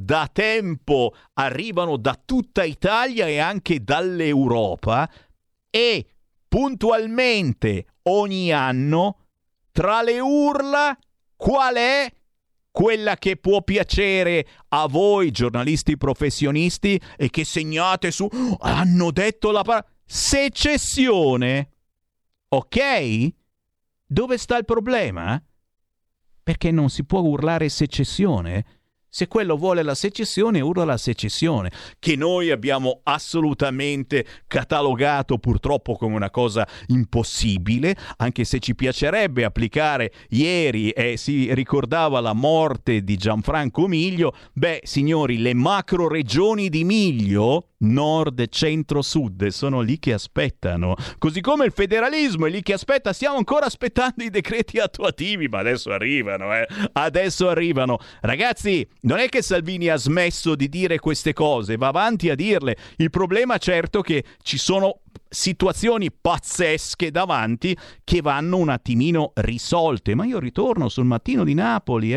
arrivano da tutta Italia e anche dall'Europa e puntualmente ogni anno tra le urla, qual è quella che può piacere a voi, giornalisti professionisti, e che segnate su, hanno detto la parola, secessione. Ok? Dove sta il problema? Perché non si può urlare secessione? Se quello vuole la secessione, urla la secessione, che noi abbiamo assolutamente catalogato purtroppo come una cosa impossibile, anche se ci piacerebbe applicare. Ieri si ricordava la morte di Gianfranco Miglio. Beh, signori, le macro regioni di Miglio, nord, centro, sud, sono lì che aspettano. Così come il federalismo è lì che aspetta. Stiamo ancora aspettando i decreti attuativi, ma adesso arrivano, Adesso arrivano. Ragazzi, non è che Salvini ha smesso di dire queste cose, va avanti a dirle. Il problema certo che ci sono situazioni pazzesche davanti che vanno un attimino risolte. Ma io ritorno sul Mattino di Napoli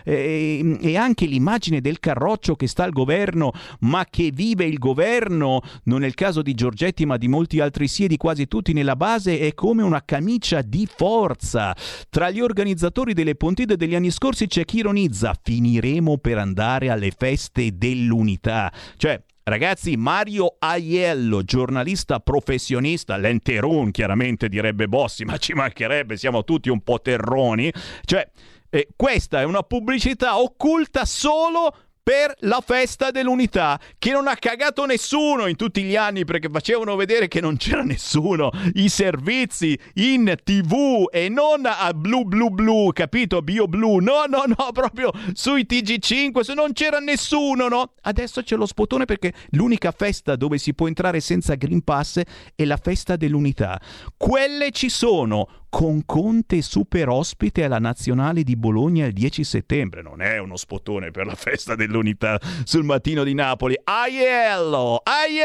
e anche l'immagine del carroccio che sta al governo ma che vive il governo, non nel caso di Giorgetti ma di molti altri sì e di quasi tutti nella base, è come una camicia di forza. Tra gli organizzatori delle Pontide degli anni scorsi c'è chi ironizza: finiremo per andare alle feste dell'unità. Cioè, ragazzi, Mario Aiello, giornalista professionista, l'enterun chiaramente direbbe Bossi, ma ci mancherebbe, siamo tutti un po' terroni. Cioè, questa è una pubblicità occulta solo per la festa dell'unità, che non ha cagato nessuno in tutti gli anni perché facevano vedere che non c'era nessuno, i servizi in TV e non a blu, capito? Bio blu, no, proprio sui TG5, se non c'era nessuno, no? Adesso c'è lo spotone perché l'unica festa dove si può entrare senza Green Pass è la festa dell'unità. Quelle ci sono, con Conte super ospite alla Nazionale di Bologna il 10 settembre. Non è uno spotone per la festa dell'unità sul Mattino di Napoli. Aiello!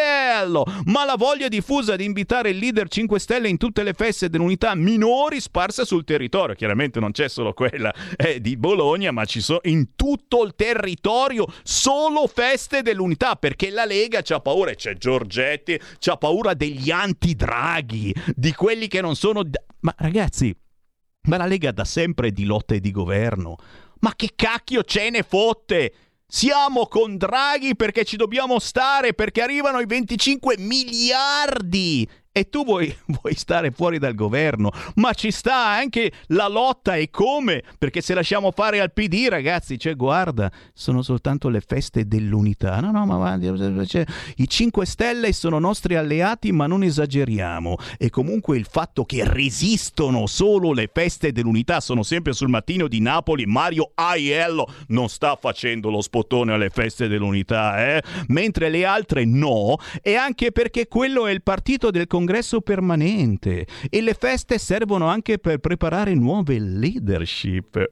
Ma la voglia diffusa di invitare il leader 5 Stelle in tutte le feste dell'unità minori sparse sul territorio. Chiaramente non c'è solo quella di Bologna, ma ci sono in tutto il territorio solo feste dell'unità, perché la Lega c'ha paura, e c'è Giorgetti, c'ha paura degli anti-Draghi, di quelli che non sono... Ma ragazzi, ma la Lega da sempre di lotta e di governo. Ma che cacchio ce ne fotte? Siamo con Draghi perché ci dobbiamo stare, perché arrivano i 25 miliardi e tu vuoi stare fuori dal governo. Ma ci sta anche la lotta, e come? Perché se lasciamo fare al PD, ragazzi, cioè guarda, sono soltanto le feste dell'unità. No, ma cioè, i 5 Stelle sono nostri alleati, ma non esageriamo. E comunque il fatto che resistono solo le feste dell'unità, sono sempre sul Mattino di Napoli. Mario Aiello non sta facendo lo spottone alle feste dell'unità, mentre le altre no, e anche perché quello è il partito del congresso permanente e le feste servono anche per preparare nuove leadership.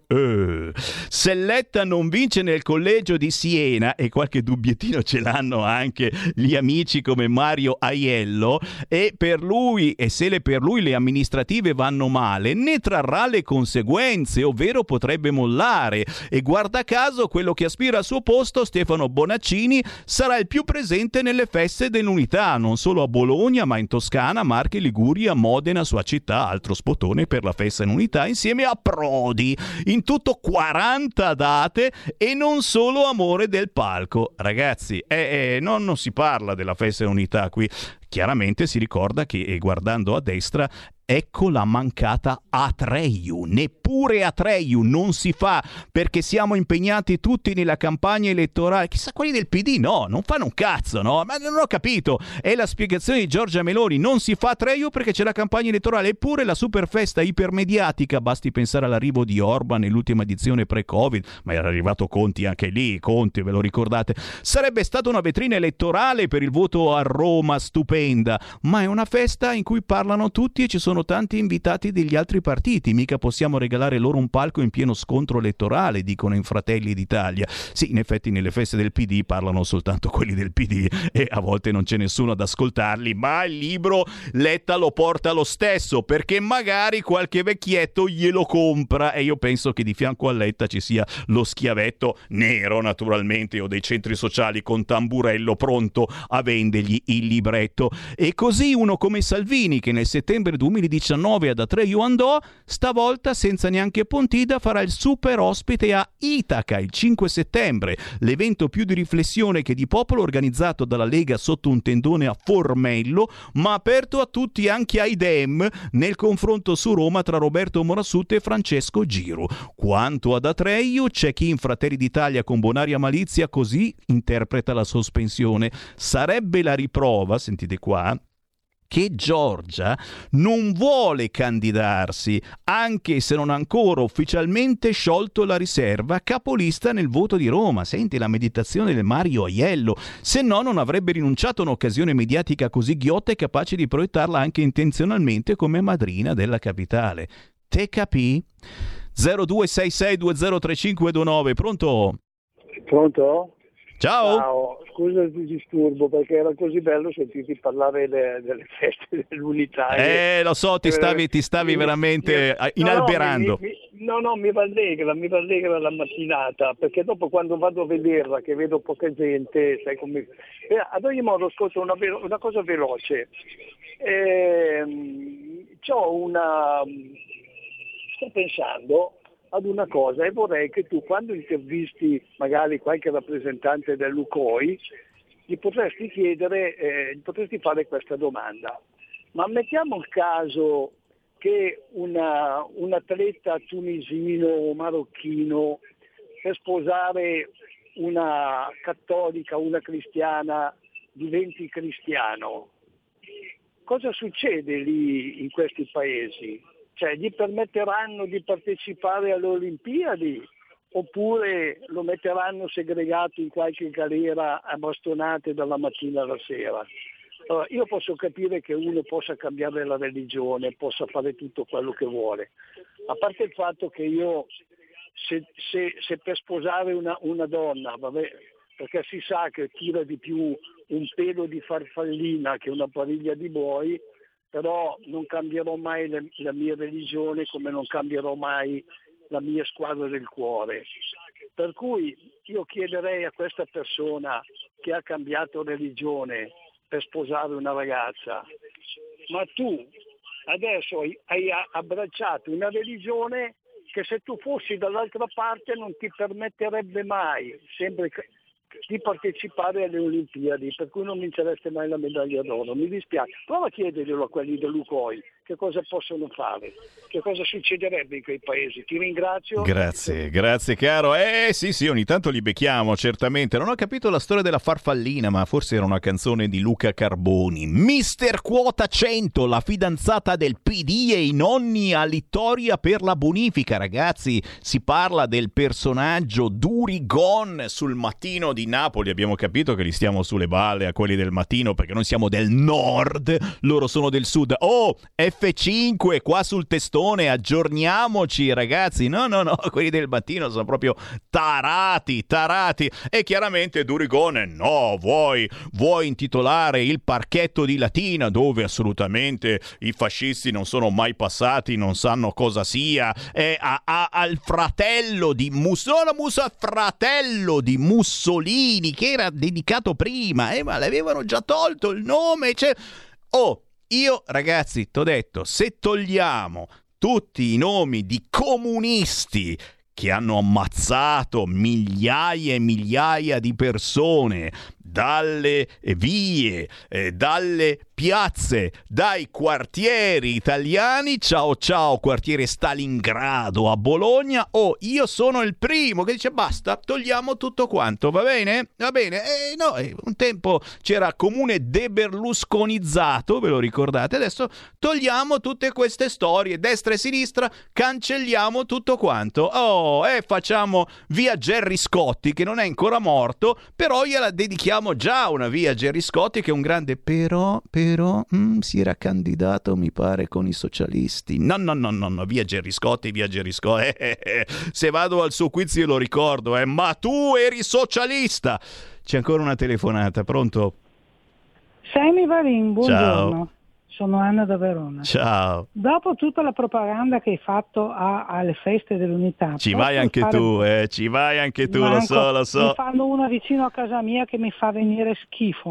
Se Letta non vince nel collegio di Siena, e qualche dubbiettino ce l'hanno anche gli amici come Mario Aiello, e per lui, e se per lui le amministrative vanno male, ne trarrà le conseguenze, ovvero potrebbe mollare, e guarda caso quello che aspira al suo posto, Stefano Bonaccini, sarà il più presente nelle feste dell'unità, non solo a Bologna ma in Toscana, Marche, Liguria, Modena, sua città, altro spotone per la festa in unità, insieme a Prodi. In tutto 40 date e non solo amore del palco. Ragazzi, non si parla della festa in unità qui. Chiaramente si ricorda che, guardando a destra, ecco la mancata Atreju. Neppure Atreju non si fa, perché siamo impegnati tutti nella campagna elettorale. Chissà, quelli del PD no, non fanno un cazzo, no? Ma non ho capito. È la spiegazione di Giorgia Meloni: non si fa Atreju perché c'è la campagna elettorale. Eppure la super festa ipermediatica, basti pensare all'arrivo di Orban nell'ultima edizione pre-Covid, ma era arrivato Conti anche lì, Conti, ve lo ricordate? Sarebbe stata una vetrina elettorale per il voto a Roma stupenda, ma è una festa in cui parlano tutti e ci sono tanti invitati degli altri partiti, mica possiamo regalare loro un palco in pieno scontro elettorale, dicono in Fratelli d'Italia. Sì, in effetti nelle feste del PD parlano soltanto quelli del PD e a volte non c'è nessuno ad ascoltarli, ma il libro Letta lo porta lo stesso, perché magari qualche vecchietto glielo compra, e io penso che di fianco a Letta ci sia lo schiavetto nero, naturalmente, o dei centri sociali con tamburello pronto a vendergli il libretto. E così uno come Salvini, che nel settembre 2019 ad Atreju andò, stavolta senza neanche Pontida farà il super ospite a Itaca il 5 settembre, l'evento più di riflessione che di popolo organizzato dalla Lega sotto un tendone a Formello, ma aperto a tutti, anche ai Dem, nel confronto su Roma tra Roberto Morassut e Francesco Giru. Quanto ad Atreju, c'è chi in Fratelli d'Italia con bonaria malizia così interpreta la sospensione. Sarebbe la riprova, sentite qua, che Giorgia non vuole candidarsi, anche se non ha ancora ufficialmente sciolto la riserva, capolista nel voto di Roma. Senti la meditazione del Mario Aiello, se no non avrebbe rinunciato a un'occasione mediatica così ghiotta e capace di proiettarla anche intenzionalmente come madrina della capitale. Te capì? 0266203529, pronto? Pronto? Ciao. Ciao, scusa ti disturbo perché era così bello sentirti parlare delle feste dell'unità. Lo so, ti stavi veramente inalberando. Mi rallegra la mattinata, perché dopo quando vado a vederla, che vedo poca gente, sai come... ad ogni modo, ascolta una cosa veloce. Sto pensando ad una cosa e vorrei che tu, quando intervisti magari qualche rappresentante dell'UCOI, gli potresti potresti fare questa domanda: ma mettiamo il caso che un atleta tunisino o marocchino, per sposare una cattolica, una cristiana, diventi cristiano, cosa succede lì in questi paesi? Cioè, gli permetteranno di partecipare alle Olimpiadi oppure lo metteranno segregato in qualche galera a bastonate dalla mattina alla sera? Allora, io posso capire che uno possa cambiare la religione, possa fare tutto quello che vuole, a parte il fatto che io, se per sposare una donna, vabbè, perché si sa che tira di più un pelo di farfallina che una pariglia di buoi, però non cambierò mai la mia religione, come non cambierò mai la mia squadra del cuore. Per cui io chiederei a questa persona che ha cambiato religione per sposare una ragazza: ma tu adesso hai abbracciato una religione che, se tu fossi dall'altra parte, non ti permetterebbe mai sempre di partecipare alle Olimpiadi, per cui non vincereste mai la medaglia d'oro. Mi dispiace, prova a chiederglielo a quelli dell'UCOI che cosa possono fare, che cosa succederebbe in quei paesi. Ti ringrazio. Grazie caro. Sì, ogni tanto li becchiamo, certamente. Non ho capito la storia della farfallina, ma forse era una canzone di Luca Carboni. Mister Quota 100, la fidanzata del PD e i nonni a Littoria per la bonifica. Ragazzi, si parla del personaggio Durigon sul Mattino di Napoli. Abbiamo capito che li stiamo sulle balle a quelli del Mattino, perché noi siamo del nord, loro sono del sud. Oh, F5 qua sul testone, aggiorniamoci ragazzi. No, quelli del Mattino sono proprio tarati. E chiaramente Durigon, no, vuoi intitolare il parchetto di Latina, dove assolutamente i fascisti non sono mai passati, non sanno cosa sia, al fratello di fratello di Mussolini, che era dedicato prima, ma l'avevano già tolto il nome, cioè... Oh, io ragazzi t'ho detto, se togliamo tutti i nomi di comunisti che hanno ammazzato migliaia e migliaia di persone dalle vie, dalle piazze, dai quartieri italiani, ciao quartiere Stalingrado a Bologna, io sono il primo che dice basta, togliamo tutto quanto, va bene? No, un tempo c'era comune deberlusconizzato, ve lo ricordate? Adesso togliamo tutte queste storie, destra e sinistra, cancelliamo tutto quanto. Facciamo via Gerry Scotti, che non è ancora morto, però gliela dedichiamo già una via Gerry Scotti, che è un grande, però si era candidato mi pare con i socialisti. No, via Gerry Scotti. Se vado al suo quiz io lo ricordo, ma tu eri socialista. C'è ancora una telefonata, pronto? Semi Varin, buongiorno. Ciao. Sono Anna da Verona. Ciao. Dopo tutta la propaganda che hai fatto alle feste dell'unità, ci vai anche tu, lo so. Mi fanno una vicino a casa mia che mi fa venire schifo.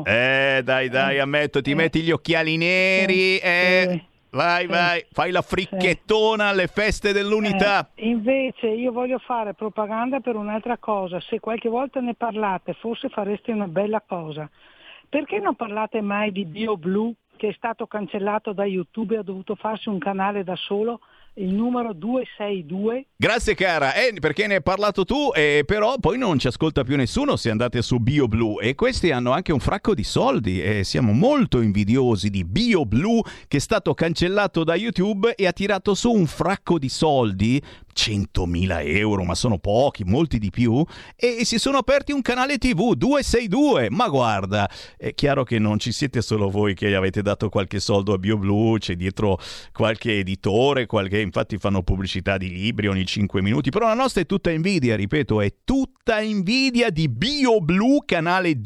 Dai, ammetto, ti metti gli occhiali neri, vai, fai la fricchettona alle feste dell'unità. Invece io voglio fare propaganda per un'altra cosa. Se qualche volta ne parlate, forse fareste una bella cosa. Perché non parlate mai di BioBlue, che è stato cancellato da YouTube e ha dovuto farsi un canale da solo, il numero 262? Grazie cara, perché ne hai parlato tu, però poi non ci ascolta più nessuno se andate su BioBlue, e questi hanno anche un fracco di soldi, e siamo molto invidiosi di BioBlue, che è stato cancellato da YouTube e ha tirato su un fracco di soldi, 100.000 euro, ma sono pochi, molti di più, e si sono aperti un canale TV 262. Ma guarda, è chiaro che non ci siete solo voi che avete dato qualche soldo a BioBlue, c'è dietro qualche editore, infatti fanno pubblicità di libri ogni 5 minuti, però la nostra è tutta invidia, ripeto, è tutta invidia di BioBlue, canale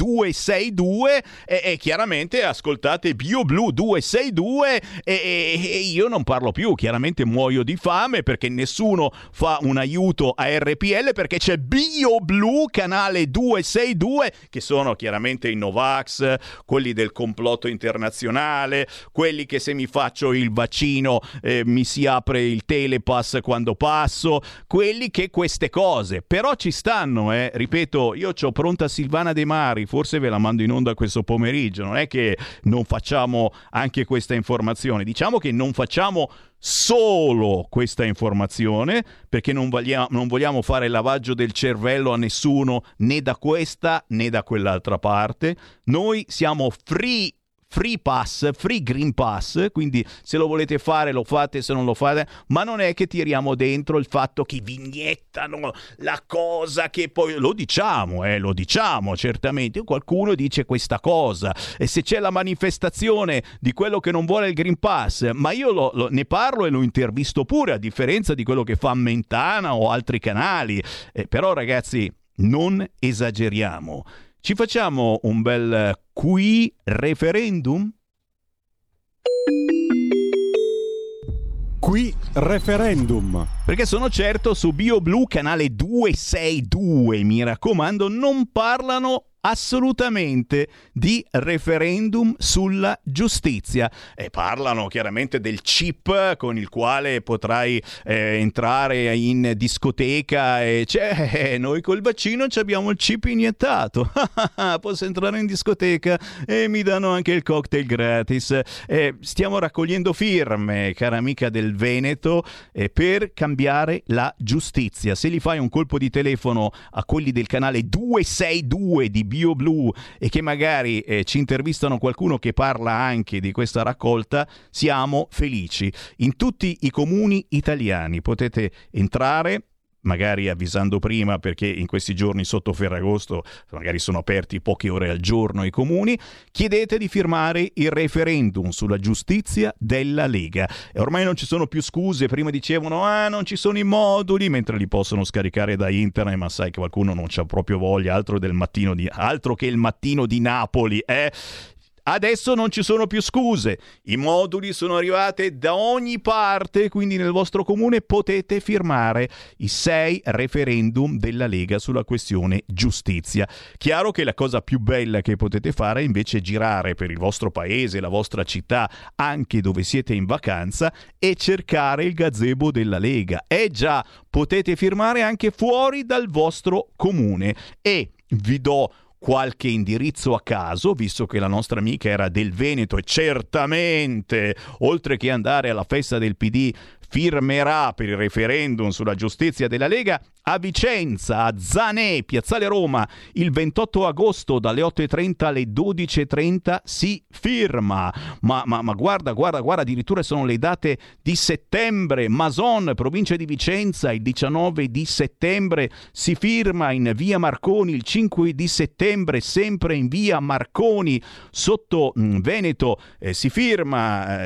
262, e chiaramente ascoltate BioBlue 262, e io non parlo più, chiaramente muoio di fame perché nessuno fa un aiuto a RPL, perché c'è BioBlue canale 262, che sono chiaramente i Novax, quelli del complotto internazionale, quelli che se mi faccio il vaccino mi si apre il telepass quando passo, quelli che queste cose però ci stanno, ripeto, io c'ho pronta Silvana De Mari, forse ve la mando in onda questo pomeriggio, non è che non facciamo anche questa informazione, diciamo che non facciamo solo questa informazione, perché non vogliamo fare lavaggio del cervello a nessuno, né da questa né da quell'altra parte. Noi siamo free pass, free green pass, quindi se lo volete fare lo fate, se non lo fate, ma non è che tiriamo dentro il fatto che vignettano la cosa, che poi lo diciamo certamente, qualcuno dice questa cosa, e se c'è la manifestazione di quello che non vuole il green pass, ma io ne parlo e lo intervisto pure, a differenza di quello che fa Mentana o altri canali, però ragazzi non esageriamo. Ci facciamo un bel qui referendum? Qui referendum. Perché sono certo su BioBlue canale 262, mi raccomando, non parlano assolutamente di referendum sulla giustizia e parlano chiaramente del chip con il quale potrai entrare in discoteca e noi col vaccino ci abbiamo il chip iniettato posso entrare in discoteca e mi danno anche il cocktail gratis. Stiamo raccogliendo firme, cara amica del Veneto, per cambiare la giustizia. Se gli fai un colpo di telefono a quelli del canale 262 di BioBlue e che magari ci intervistano qualcuno che parla anche di questa raccolta, siamo felici. In tutti i comuni italiani potete entrare, magari avvisando prima, perché in questi giorni sotto Ferragosto magari sono aperti poche ore al giorno i comuni. Chiedete di firmare il referendum sulla giustizia della Lega e ormai non ci sono più scuse. Prima dicevano non ci sono i moduli, mentre li possono scaricare da internet, ma sai che qualcuno non c'ha proprio voglia, altro che il mattino di Napoli, Adesso non ci sono più scuse, i moduli sono arrivati da ogni parte, quindi nel vostro comune potete firmare i 6 referendum della Lega sulla questione giustizia. Chiaro che la cosa più bella che potete fare invece è girare per il vostro paese, la vostra città, anche dove siete in vacanza, e cercare il gazebo della Lega. Già, potete firmare anche fuori dal vostro comune e vi do qualche indirizzo a caso, visto che la nostra amica era del Veneto e certamente, oltre che andare alla festa del PD, firmerà per il referendum sulla giustizia della Lega. A Vicenza, a Zanè, Piazzale Roma, il 28 agosto dalle 8.30 alle 12.30 si firma. Ma guarda, addirittura sono le date di settembre. Mason, provincia di Vicenza, il 19 di settembre si firma in via Marconi, il 5 di settembre sempre in via Marconi, sotto Veneto, si firma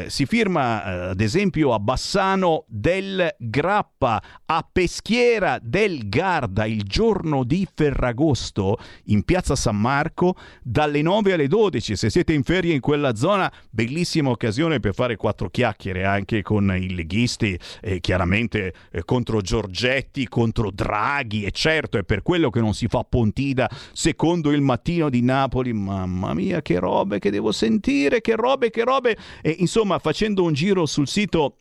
ad esempio a Bassano del Grappa, a Peschiera del Garda il giorno di Ferragosto in piazza San Marco dalle 9 alle 12. Se siete in ferie in quella zona, bellissima occasione per fare 4 chiacchiere anche con i leghisti, chiaramente contro Giorgetti, contro Draghi, e certo è per quello che non si fa Pontida secondo il Mattino di Napoli. Mamma mia, che robe che devo sentire, che robe, e insomma, facendo un giro sul sito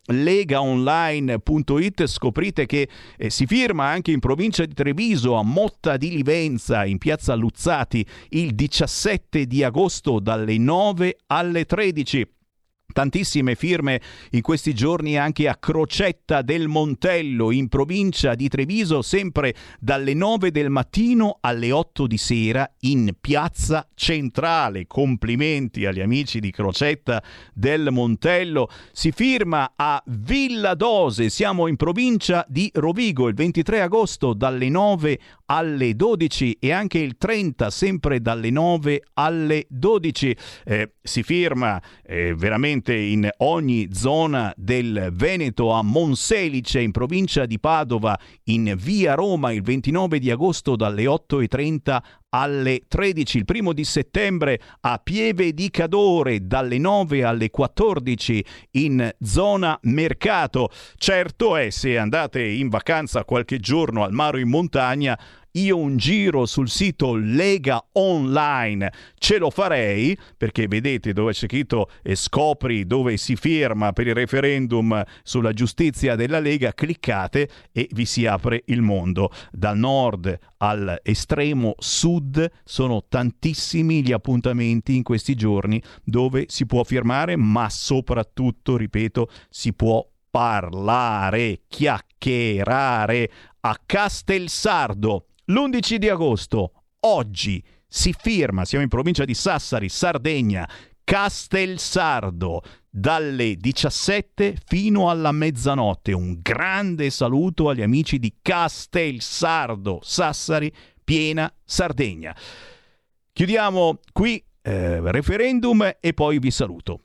legaonline.it scoprite che si firma anche in provincia di Treviso, a Motta di Livenza, in piazza Luzzati, il 17 di agosto dalle 9 alle 13. Tantissime firme in questi giorni anche a Crocetta del Montello, in provincia di Treviso, sempre dalle 9 del mattino alle 8 di sera in piazza Centrale. Complimenti agli amici di Crocetta del Montello. Si firma a Villa Dose, siamo in provincia di Rovigo, il 23 agosto dalle 9 alle 12 e anche il 30 sempre dalle 9 alle 12. Si firma veramente in ogni zona del Veneto, a Monselice in provincia di Padova, in via Roma, il 29 di agosto dalle 8.30 alle 13, il 1 di settembre a Pieve di Cadore dalle 9 alle 14 in zona Mercato. Certo è, se andate in vacanza qualche giorno al mare o in montagna, io un giro sul sito Lega Online ce lo farei, perché vedete dove c'è scritto e scopri dove si firma per il referendum sulla giustizia della Lega, cliccate e vi si apre il mondo. Dal nord all'estremo sud sono tantissimi gli appuntamenti in questi giorni dove si può firmare, ma soprattutto, ripeto, si può parlare, chiacchierare. A Castelsardo l'11 di agosto, oggi, si firma, siamo in provincia di Sassari, Sardegna, Castelsardo, dalle 17 fino alla mezzanotte. Un grande saluto agli amici di Castelsardo, Sassari, piena Sardegna. Chiudiamo qui referendum e poi vi saluto.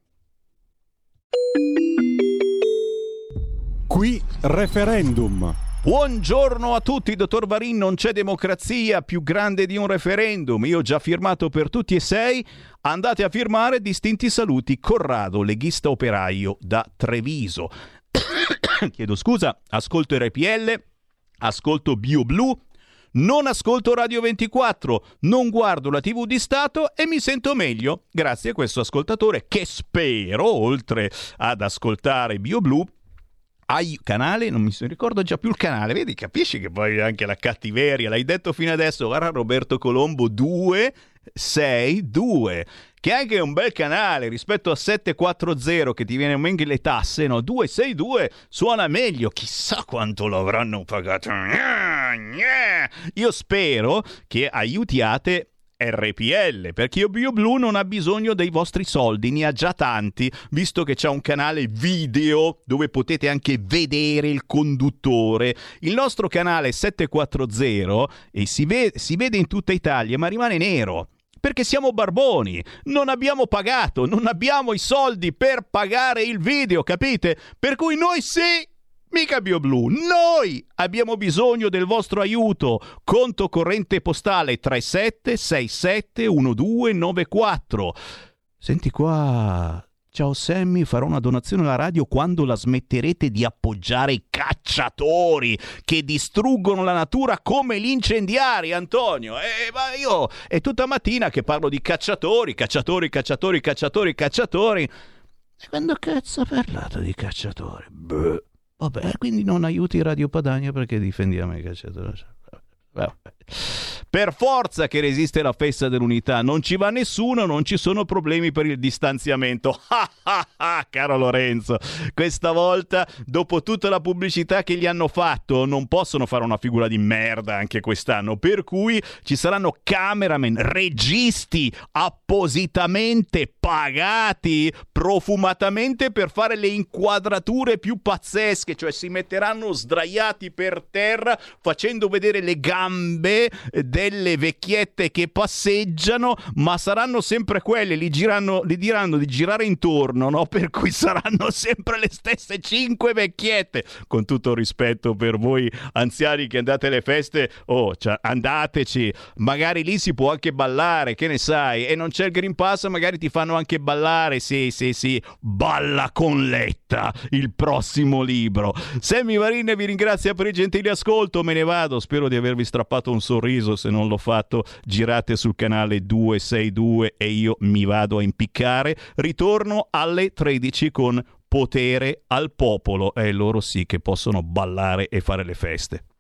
Qui referendum. Buongiorno a tutti, dottor Varin. Non c'è democrazia più grande di un referendum. Io ho già firmato per tutti e 6. Andate a firmare. Distinti saluti, Corrado, leghista operaio da Treviso. Chiedo scusa. Ascolto RPL, ascolto BioBlue. non ascolto Radio 24, non guardo la TV di Stato e mi sento meglio grazie a questo ascoltatore che spero, oltre ad ascoltare BioBlue, canale, non mi ricordo già più il canale, vedi, capisci che poi anche la cattiveria, l'hai detto fino adesso, guarda Roberto Colombo, 262, che è anche un bel canale rispetto a 740 che ti viene meglio le tasse, no? 262 suona meglio, chissà quanto lo avranno pagato. Io spero che aiutiate RPL, perché io BioBlue non ha bisogno dei vostri soldi, ne ha già tanti, visto che c'è un canale video dove potete anche vedere il conduttore. Il nostro canale 740 e si vede in tutta Italia, ma rimane nero. Perché siamo barboni, non abbiamo pagato, non abbiamo i soldi per pagare il video, capite? Per cui noi sì, mica BioBlue, noi abbiamo bisogno del vostro aiuto. Conto corrente postale 37671294. Senti qua, ciao Sammy, farò una donazione alla radio quando la smetterete di appoggiare i cacciatori che distruggono la natura come gli incendiari, Antonio. Ma io è tutta mattina che parlo di cacciatori. E quando cazzo ha parlato di cacciatori? Beh. Vabbè, quindi non aiuti Radio Padania perché difendiamo i cacciatori. Vabbè. Per forza che resiste la festa dell'unità, non ci va nessuno, non ci sono problemi per il distanziamento. Caro Lorenzo, questa volta, dopo tutta la pubblicità che gli hanno fatto, non possono fare una figura di merda anche quest'anno, per cui ci saranno cameraman, registi appositamente pagati profumatamente per fare le inquadrature più pazzesche, cioè si metteranno sdraiati per terra facendo vedere le gambe delle vecchiette che passeggiano, ma saranno sempre quelle, li diranno di girare intorno, no? Per cui saranno sempre le stesse 5 vecchiette. Con tutto rispetto per voi anziani che andate alle feste, andateci, magari lì si può anche ballare, che ne sai, e non c'è il Green Pass, magari ti fanno anche ballare, sì, Balla con Letta, il prossimo libro. Sammy Varin vi ringrazia per il gentile ascolto, me ne vado, spero di avervi strappato un sorriso, se non l'ho fatto girate sul canale 262 e io mi vado a impiccare. Ritorno alle 13 con Potere al Popolo, e loro sì che possono ballare e fare le feste.